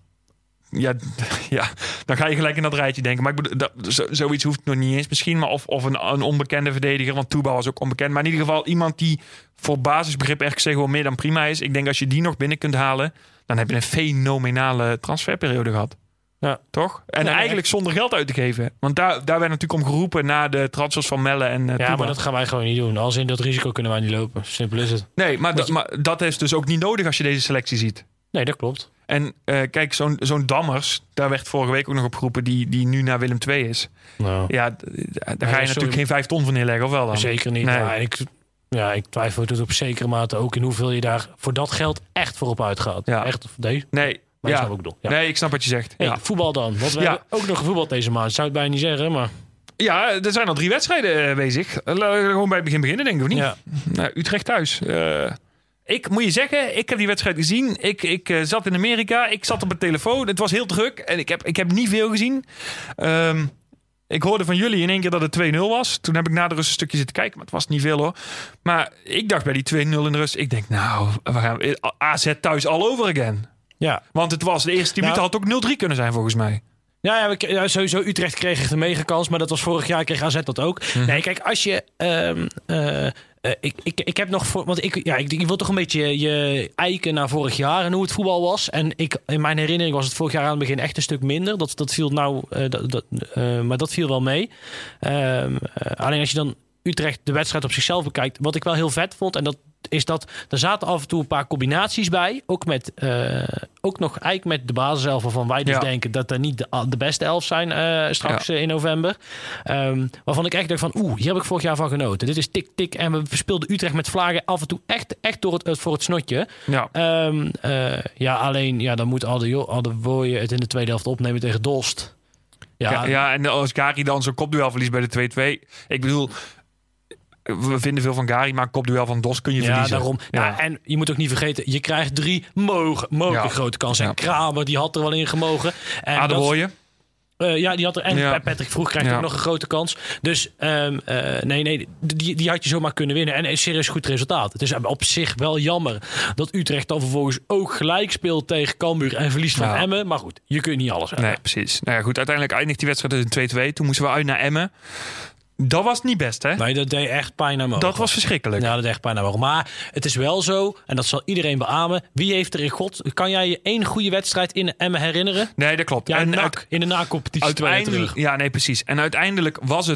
dan ga je gelijk in dat rijtje denken. Maar ik bedoel, zoiets hoeft nog niet eens misschien. Maar of een onbekende verdediger. Want Touba was ook onbekend. Maar in ieder geval iemand die voor basisbegrip echt gewoon meer dan prima is. Ik denk als je die nog binnen kunt halen, dan heb je een fenomenale transferperiode gehad. Ja. Toch? En eigenlijk zonder geld uit te geven. Want daar werd natuurlijk om geroepen na de transfers van Melle en Touba. Maar dat gaan wij gewoon niet doen. Als in dat risico kunnen wij niet lopen. Simpel is het. Nee, maar dat is dus ook niet nodig als je deze selectie ziet. Nee, dat klopt. En kijk, zo'n Dammers, daar werd vorige week ook nog op geroepen, die nu naar Willem II is. Nou. Ja, daar ga je natuurlijk geen 5 ton van neerleggen, of wel dan? Zeker niet. Nee. Ik twijfel het op zekere mate ook in hoeveel je daar voor dat geld echt voor op uitgaat. Ja. Echt deze? Nee. Ja. Nee, ik snap wat je zegt. Hey, voetbal dan. Want we hebben ook nog gevoetbald deze maand. Zou het bijna niet zeggen, maar... Ja, er zijn al 3 wedstrijden bezig. Gewoon bij het begin beginnen, denk ik, of niet? Ja. Utrecht thuis. ik moet je zeggen, ik heb die wedstrijd gezien. Ik zat in Amerika, ik zat op mijn telefoon. Het was heel druk en ik heb niet veel gezien. Ik hoorde van jullie in één keer dat het 2-0 was. Toen heb ik na de rust een stukje zitten kijken, maar het was niet veel hoor. Maar ik dacht bij die 2-0 in de rust, ik denk nou, we gaan AZ thuis all over again. Ja. Want het was de eerste 10 minuten had ook 0-3 kunnen zijn volgens mij. Ja, sowieso Utrecht kreeg echt een mega kans, maar dat was vorig jaar, kreeg AZ dat ook. Nee, kijk, als je... Ik heb nog voor, want ik wil toch een beetje je eiken naar vorig jaar en hoe het voetbal was. En in mijn herinnering was het vorig jaar aan het begin echt een stuk minder. Dat viel maar dat viel wel mee. Alleen als je dan Utrecht de wedstrijd op zichzelf bekijkt, wat ik wel heel vet vond, en dat is dat er zaten af en toe een paar combinaties bij, ook nog eigenlijk met de basiself waarvan wij dus denken dat er niet de beste elf zijn straks in november. Waarvan ik echt dacht van, hier heb ik vorig jaar van genoten. Dit is tik-tik en we speelden Utrecht met vlagen af en toe echt door voor het snotje. Ja. Alleen dan moet Alderwooye het in de tweede helft opnemen tegen Dost. Ja, en als Gary dan zo'n kopduel verliest bij de 2-2. Ik bedoel, we vinden veel van Gary, maar een kopduel van Dos kun je verliezen. Daarom. Ja, en je moet ook niet vergeten, je krijgt 3 mogelijke grote kansen. En Kramer, die had er wel in gemogen. Alderwooye. Die had er. En Patrick Vroeg krijgt ook nog een grote kans. Dus die had je zomaar kunnen winnen. En een serieus goed resultaat. Het is op zich wel jammer dat Utrecht dan vervolgens ook gelijk speelt tegen Cambuur en verliest van Emmen. Maar goed, je kunt niet alles hebben. Nee, precies. Nou ja, goed, uiteindelijk eindigt die wedstrijd in 2-2. Toen moesten we uit naar Emmen. Dat was niet best, hè? Nee, dat deed echt pijn naar me. Dat was verschrikkelijk. Ja, dat deed echt pijn naar me. Maar het is wel zo, en dat zal iedereen beamen. Wie heeft er in God... Kan jij je 1 goede wedstrijd in Emmen herinneren? Nee, dat klopt. Ja, en in de na-competitie 2 jaar terug. Ja, nee, precies. En uiteindelijk was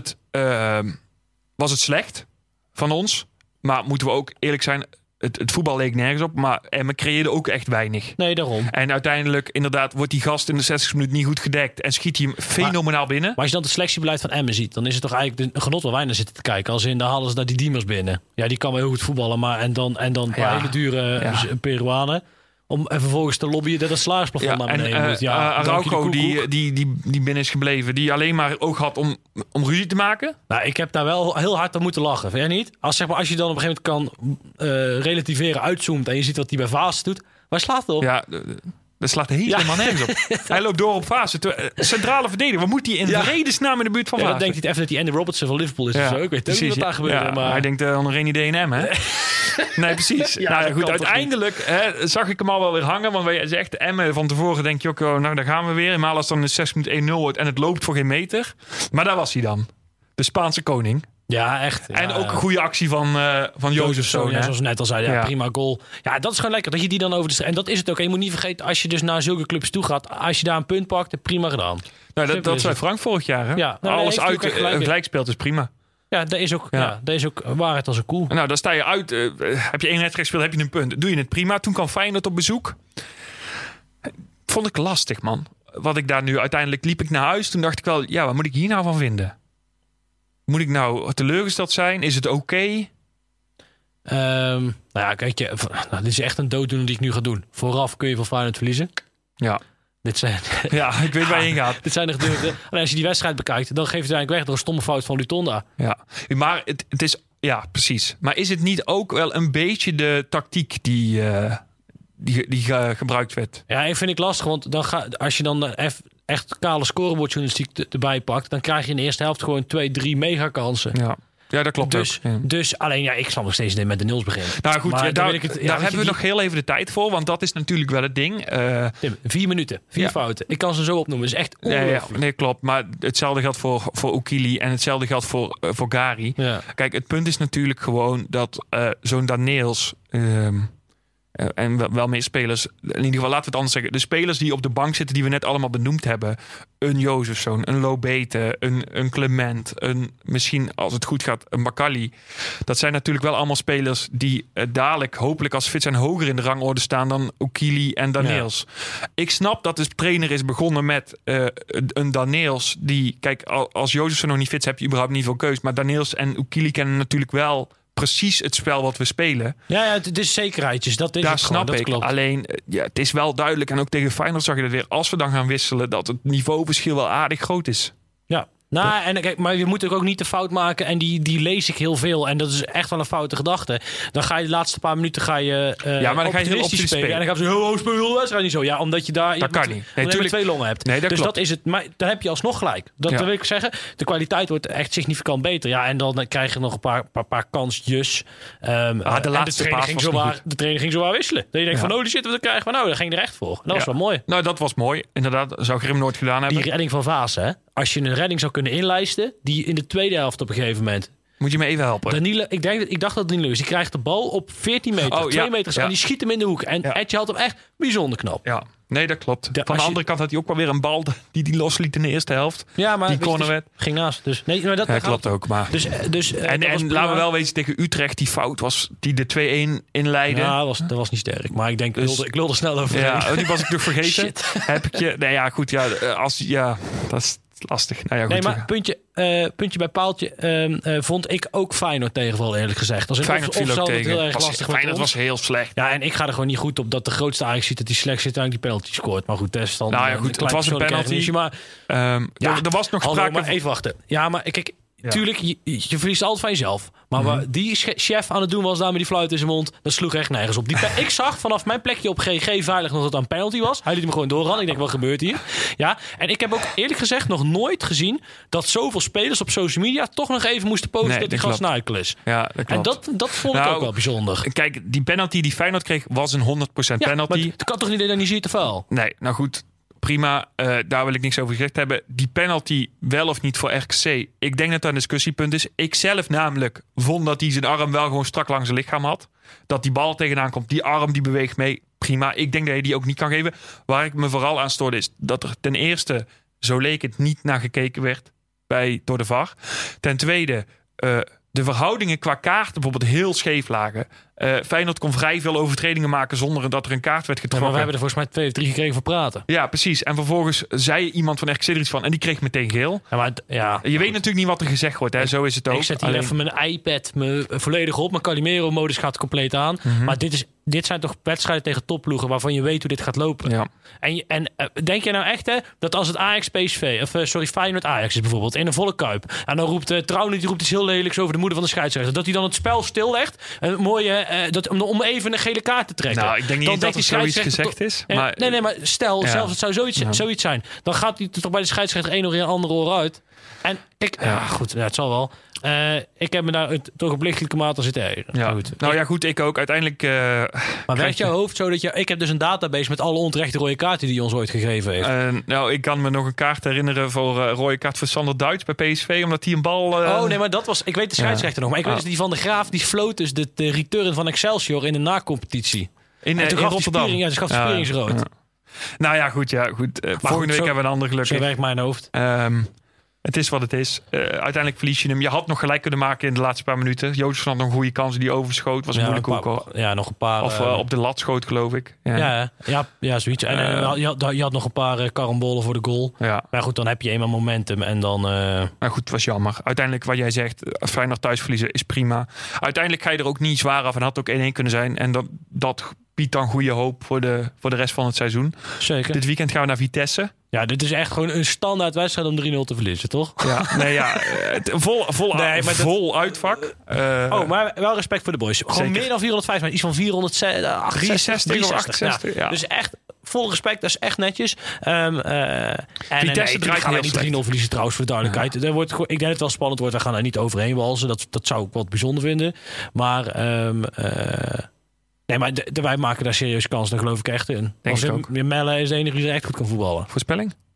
het slecht van ons. Maar moeten we ook eerlijk zijn... Het voetbal leek nergens op, maar Emmen creëerde ook echt weinig. Nee, daarom. En uiteindelijk, inderdaad, wordt die gast in de 60 minuten niet goed gedekt en schiet hij hem fenomenaal binnen. Maar als je dan het selectiebeleid van Emmen ziet, dan is het toch eigenlijk een genot waar wij naar zitten te kijken. Als in, daar halen ze daar die Diemers binnen. Ja, die kan wel heel goed voetballen, maar en dan een paar hele dure Peruanen. En vervolgens te lobbyen dat het salarisplafond naar beneden moet. Araujo, die binnen is gebleven, die alleen maar oog had om ruzie te maken. Nou, ik heb daar wel heel hard aan moeten lachen. Vind jij niet? Als je dan op een gegeven moment kan relativeren, uitzoomt en je ziet wat hij bij Vaas doet. Waar slaat het op? Ja, dat slaat helemaal nergens op. Hij loopt door op Fase. Centrale verdediger. Wat moet hij in vredesnaam in de buurt van Fase? Dan denkt hij even dat hij Andy Robertson van Liverpool is. Of zo. Ik weet ook niet wat daar gebeurt. Maar... Hij denkt nog geen idee in hem, hè? Nee, precies. Goed. Uiteindelijk zag ik hem al wel weer hangen. Want wij zegt Emmen van tevoren denk je ook... nou, daar gaan we weer. Maar als dan een 6.1-0 wordt en het loopt voor geen meter. Maar daar was hij dan. De Spaanse koning. Ja, echt. Ja. En ook een goede actie van Jozefzoon. Ja, zoals we net al zeiden. Prima goal. Ja, dat is gewoon lekker. Dat je die dan over de En dat is het ook. En je moet niet vergeten, als je dus naar zulke clubs toe gaat. Als je daar een punt pakt, prima gedaan. Nou, dat zei Frank vorig jaar. Hè? Ja, alles uit gelijk speelt is prima. Ja, dat is ook waarheid als een koe. Nou, dan sta je uit. Heb je 1 wedstrijd gespeeld, heb je een punt. Doe je het prima. Toen kwam Feyenoord op bezoek. Vond ik lastig, man. Wat ik daar nu... Uiteindelijk liep ik naar huis. Toen dacht ik wel, wat moet ik hier nou van vinden? Moet ik nou teleurgesteld zijn? Is het oké? Kijk, dit is echt een dooddoener die ik nu ga doen. Vooraf kun je van Feyenoord verliezen. Ja. Dit zijn... Ja, ik weet waar je heen gaat. Dit zijn de gedeelten. Alleen als je die wedstrijd bekijkt, dan geeft het eigenlijk weg door een stomme fout van Lutonda. Ja, maar het is... Ja, precies. Maar is het niet ook wel een beetje de tactiek die gebruikt werd? Ja, ik vind ik lastig, want als je dan echt kale scorebordjournalistiek erbij pakt, dan krijg je in de eerste helft gewoon 2-3 megakansen. Ja, dat klopt. Dus alleen, ik snap nog steeds niet met de nils beginnen. Nou goed, daar hebben we nog heel even de tijd voor, want dat is natuurlijk wel het ding. Tim, 4 minuten, 4 fouten. Ik kan ze zo opnoemen. Dat is echt ongelooflijk. Nee, klopt. Maar hetzelfde geldt voor Ukili en hetzelfde geldt voor Gary. Ja. Kijk, het punt is natuurlijk gewoon dat zo'n Daniels... en wel meer spelers. In ieder geval, laten we het anders zeggen. De spelers die op de bank zitten, die we net allemaal benoemd hebben. Een Jozefzoon, een Lobete, een Clement, misschien als het goed gaat, een Bakali. Dat zijn natuurlijk wel allemaal spelers die dadelijk, hopelijk als fit zijn, hoger in de rangorde staan dan Ukili en Daniels. Ja. Ik snap dat de trainer is begonnen met een Daniels die, kijk, als Jozefzoon nog niet fit is, heb je überhaupt niet veel keus. Maar Daniels en Ukili kennen natuurlijk wel precies het spel wat we spelen. Ja, het is zekerheidjes. Dat is daar snap ik. Klopt. Alleen, het is wel duidelijk. En ook tegen Feyenoord zag je dat weer. Als we dan gaan wisselen, dat het niveauverschil wel aardig groot is. Ja. Nou, en kijk, maar je moet ook niet de fout maken. En die lees ik heel veel. En dat is echt wel een foute gedachte. Dan ga je de laatste paar minuten maar dan ga je heel optimistisch spelen. En dan gaan ze heel spelen heel wedstrijd niet zo. Ja, omdat je daar dat kan niet. Nee, 2 longen hebt. Nee, dus klopt. dat is het. Maar dan heb je alsnog gelijk. Dat wil ik zeggen. De kwaliteit wordt echt significant beter. Ja, en dan krijg je nog een paar kansjes. De training ging zowaar wisselen. Dat je denkt van, die zitten we te krijgen. Maar dat ging er echt voor. Dat was wel mooi. Nou, dat was mooi. Inderdaad, zou Grim nooit gedaan hebben. Die redding van Vaassen, hè? Als je een redding zou kunnen inlijsten, die in de tweede helft op een gegeven moment. Moet je me even helpen? Danilo, ik dacht dat Danilo is. Die krijgt de bal op 14 meter, 2 meters en die schiet hem in de hoek. En Etje had hem echt bijzonder knap. Ja, nee, dat klopt. Van de andere kant had hij ook wel weer een bal die losliet in de eerste helft. Ja, maar die corner ging naast. Dus nee, maar dat klopt ook. Maar. En laten we wel weten tegen Utrecht, die fout was die de 2-1 inleidde. Ja, dat was niet sterk. Maar ik denk, ik wilde snel over. Ja, die was ik nog vergeten. Shit. Heb ik je? Nee, ja, goed. Dat is lastig. Nou ja, goed, nee, maar puntje bij paaltje vond ik ook Feyenoord tegenval, eerlijk gezegd. Feyenoord viel ook tegen. Heel erg lastig. Feyenoord was heel slecht. Ja, en ik ga er gewoon niet goed op dat de grootste Ajax ziet dat hij slecht zit en die penalty scoort. Maar goed, het was een penalty. Maar er was nog sprake van. Even wachten. Ja, maar kijk. Ja. Tuurlijk, je verliest altijd van jezelf. Maar wat die chef aan het doen was daar met die fluit in zijn mond, dat sloeg echt nergens op. Ik zag vanaf mijn plekje op GG veilig nog dat het een penalty was. Hij liet hem gewoon doorgaan. Ik denk, wat gebeurt hier? Ja, en ik heb ook eerlijk gezegd nog nooit gezien dat zoveel spelers op social media toch nog even moesten posten dat die gast naaikel is. Ja, dat klopt. En dat vond ik ook wel bijzonder. Kijk, die penalty die Feyenoord kreeg was een 100% penalty. Maar het kan toch niet dat je niet ziet te vuil? Nee, nou goed. Prima, daar wil ik niks over gezegd hebben. Die penalty wel of niet voor RKC. Ik denk dat dat een discussiepunt is. Ik zelf namelijk vond dat hij zijn arm wel gewoon strak langs zijn lichaam had. Dat die bal tegenaan komt. Die arm die beweegt mee. Prima. Ik denk dat je die ook niet kan geven. Waar ik me vooral aan stoorde is dat er ten eerste, zo leek het, niet naar gekeken werd door de VAR. Ten tweede, de verhoudingen qua kaarten bijvoorbeeld heel scheef lagen. Feyenoord kon vrij veel overtredingen maken zonder dat er een kaart werd getrokken. Maar we hebben er volgens mij 2 of 3 gekregen voor praten. Ja, precies. En vervolgens zei iemand van RKC er iets van en die kreeg meteen geel. Je weet natuurlijk niet wat er gezegd wordt. Hè? Zo is het ook. Ik zet hier even mijn iPad volledig op. Mijn Calimero-modus gaat compleet aan. Mm-hmm. Maar dit zijn toch wedstrijden tegen topploegen waarvan je weet hoe dit gaat lopen. Ja. En denk je nou echt dat als het Feyenoord Ajax is bijvoorbeeld in een volle kuip. En dan roept Trouwner, die roept iets heel lelijks over de moeder van de scheidsrechter. Dat hij dan het spel stillegt. Een mooie om even een gele kaart te trekken. Nou, ik denk niet dat er zoiets gezegd is. Maar, nee, maar stel, zelfs het zou zoiets zijn. Dan gaat hij toch bij de scheidsrechter één oor in een ander oor uit. En goed, het zal wel. Ik heb me daar toch op lichtelijke mate zitten ergeren. Ja. Goed. Ik ook. Uiteindelijk... maar werkt jouw hoofd zo dat ik heb dus een database met alle onterechte rode kaarten die hij ons ooit gegeven heeft. Ik kan me nog een kaart herinneren voor rode kaart voor Sander Duits bij PSV, omdat hij een bal... nee, maar dat was... Ik weet de scheidsrechter nog, maar ik weet dus die van de Graaf, die floot dus de return van Excelsior in de nacompetitie. In Rotterdam. Ze gaf de spieringsrood. Ja. Nou ja, goed. Volgende week hebben we een ander geluk. Zo werkt mijn hoofd. Het is wat het is. Uiteindelijk verlies je hem. Je had nog gelijk kunnen maken in de laatste paar minuten. Joost had nog een goede kans die overschoot. Was een moeilijke hoek hoor. Ja, nog een paar. Of op de lat schoot, geloof ik. Ja, zoiets. En je had nog een paar karambollen voor de goal. Ja. Maar goed, dan heb je eenmaal momentum en dan... Maar goed, het was jammer. Uiteindelijk wat jij zegt, Feyenoord thuis verliezen is prima. Uiteindelijk ga je er ook niet zwaar af en had ook 1-1 kunnen zijn. En dat biedt dan goede hoop voor de rest van het seizoen. Zeker. Dit weekend gaan we naar Vitesse. Ja, dit is echt gewoon een standaard wedstrijd om 3-0 te verliezen, toch? Ja, vol uitvak. Maar wel respect voor de boys. Gewoon zeker. Meer dan 450, iets van 463 of 68. Ja. Dus echt vol respect, dat is echt netjes. Vitesse draait heel niet 3-0 verliezen trouwens, voor de duidelijkheid. Ik denk dat het wel spannend wordt. We gaan er niet overheen walsen. Dat zou ik wat bijzonder vinden. Maar... Nee, maar wij maken daar serieus kans. Daar geloof ik echt in. Melle is de enige die er echt goed kan voetballen. Voorspelling? 1-2.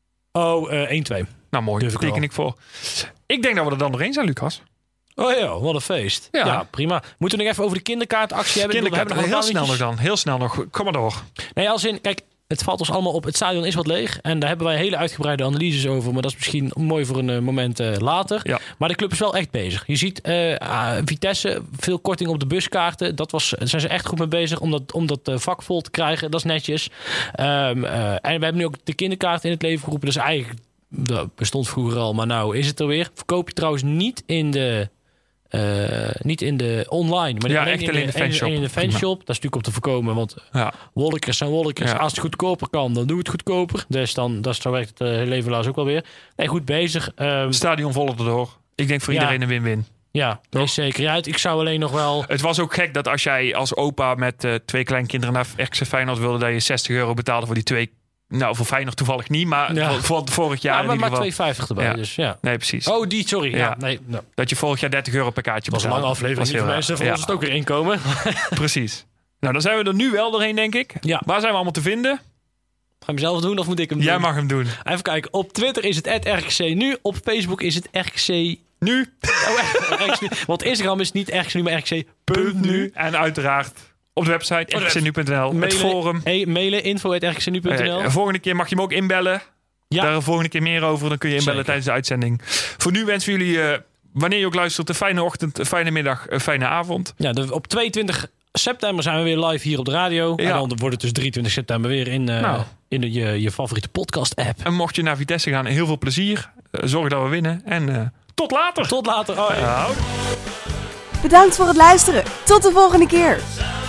Nou mooi, daar teken ik voor. Ik denk dat we er dan nog één zijn, Lucas. Oh ja, wat een feest. Ja, prima. Moeten we nog even over de kinderkaartactie hebben? Heel snel nog. Kom maar door. Nee, als in, kijk, het valt ons allemaal op. Het stadion is wat leeg. En daar hebben wij hele uitgebreide analyses over. Maar dat is misschien mooi voor een moment later. Ja. Maar de club is wel echt bezig. Je ziet Vitesse, veel korting op de buskaarten. Daar zijn ze echt goed mee bezig om dat vak vol te krijgen. Dat is netjes. En we hebben nu ook de kinderkaart in het leven geroepen. Dus eigenlijk, dat bestond vroeger al. Maar nou is het er weer. Verkoop je trouwens niet in de Niet in de online, maar Ja, echt alleen in de fanshop. in de fanshop. Dat is natuurlijk om te voorkomen, want wolkers zijn wolkers. Ja. Als het goedkoper kan, dan doe het goedkoper. Dus zo werkt het hele leven helaas ook wel weer. Nee, goed bezig. Stadion vol erdoor. Ik denk voor iedereen een win-win. Ja, nee, zeker. Ja, ik zou alleen nog wel... Het was ook gek dat als jij als opa met 2 kleinkinderen naar RKC Feyenoord wilde, dat je €60 betaalde voor die 2. Nou, voor Feyenoord toevallig niet, maar voor vorig jaar in ieder geval. Maar €2,50 erbij, dus ja. Nee, precies. Oh, sorry. Ja. Nee, Dat je vorig jaar €30 per kaartje betaalde. Dat was een lange aflevering. Voor mensen voor ons het ook weer inkomen. Precies. Nou, dan zijn we er nu wel doorheen, denk ik. Ja. Waar zijn we allemaal te vinden? Ga je hem zelf doen of moet ik hem doen? Jij mag hem doen. Even kijken. Op Twitter is het @RKCNu. Op Facebook is het RKC... Nu. Want Instagram is niet RKC nu, maar RKC.nu. En uiteraard op de website rkcnu.nl. Het forum. Mailen info@rkcnu.nl. Volgende keer mag je hem ook inbellen. Ja. Daar de volgende keer meer over. Dan kun je inbellen tijdens de uitzending. Voor nu wensen we jullie, wanneer je ook luistert, een fijne ochtend, een fijne middag, een fijne avond. Ja, op 22 september zijn we weer live hier op de radio. Ja. En dan wordt het dus 23 september weer in je favoriete podcast-app. En mocht je naar Vitesse gaan, heel veel plezier. Zorg dat we winnen. En tot later. Tot later. Bedankt voor het luisteren. Tot de volgende keer.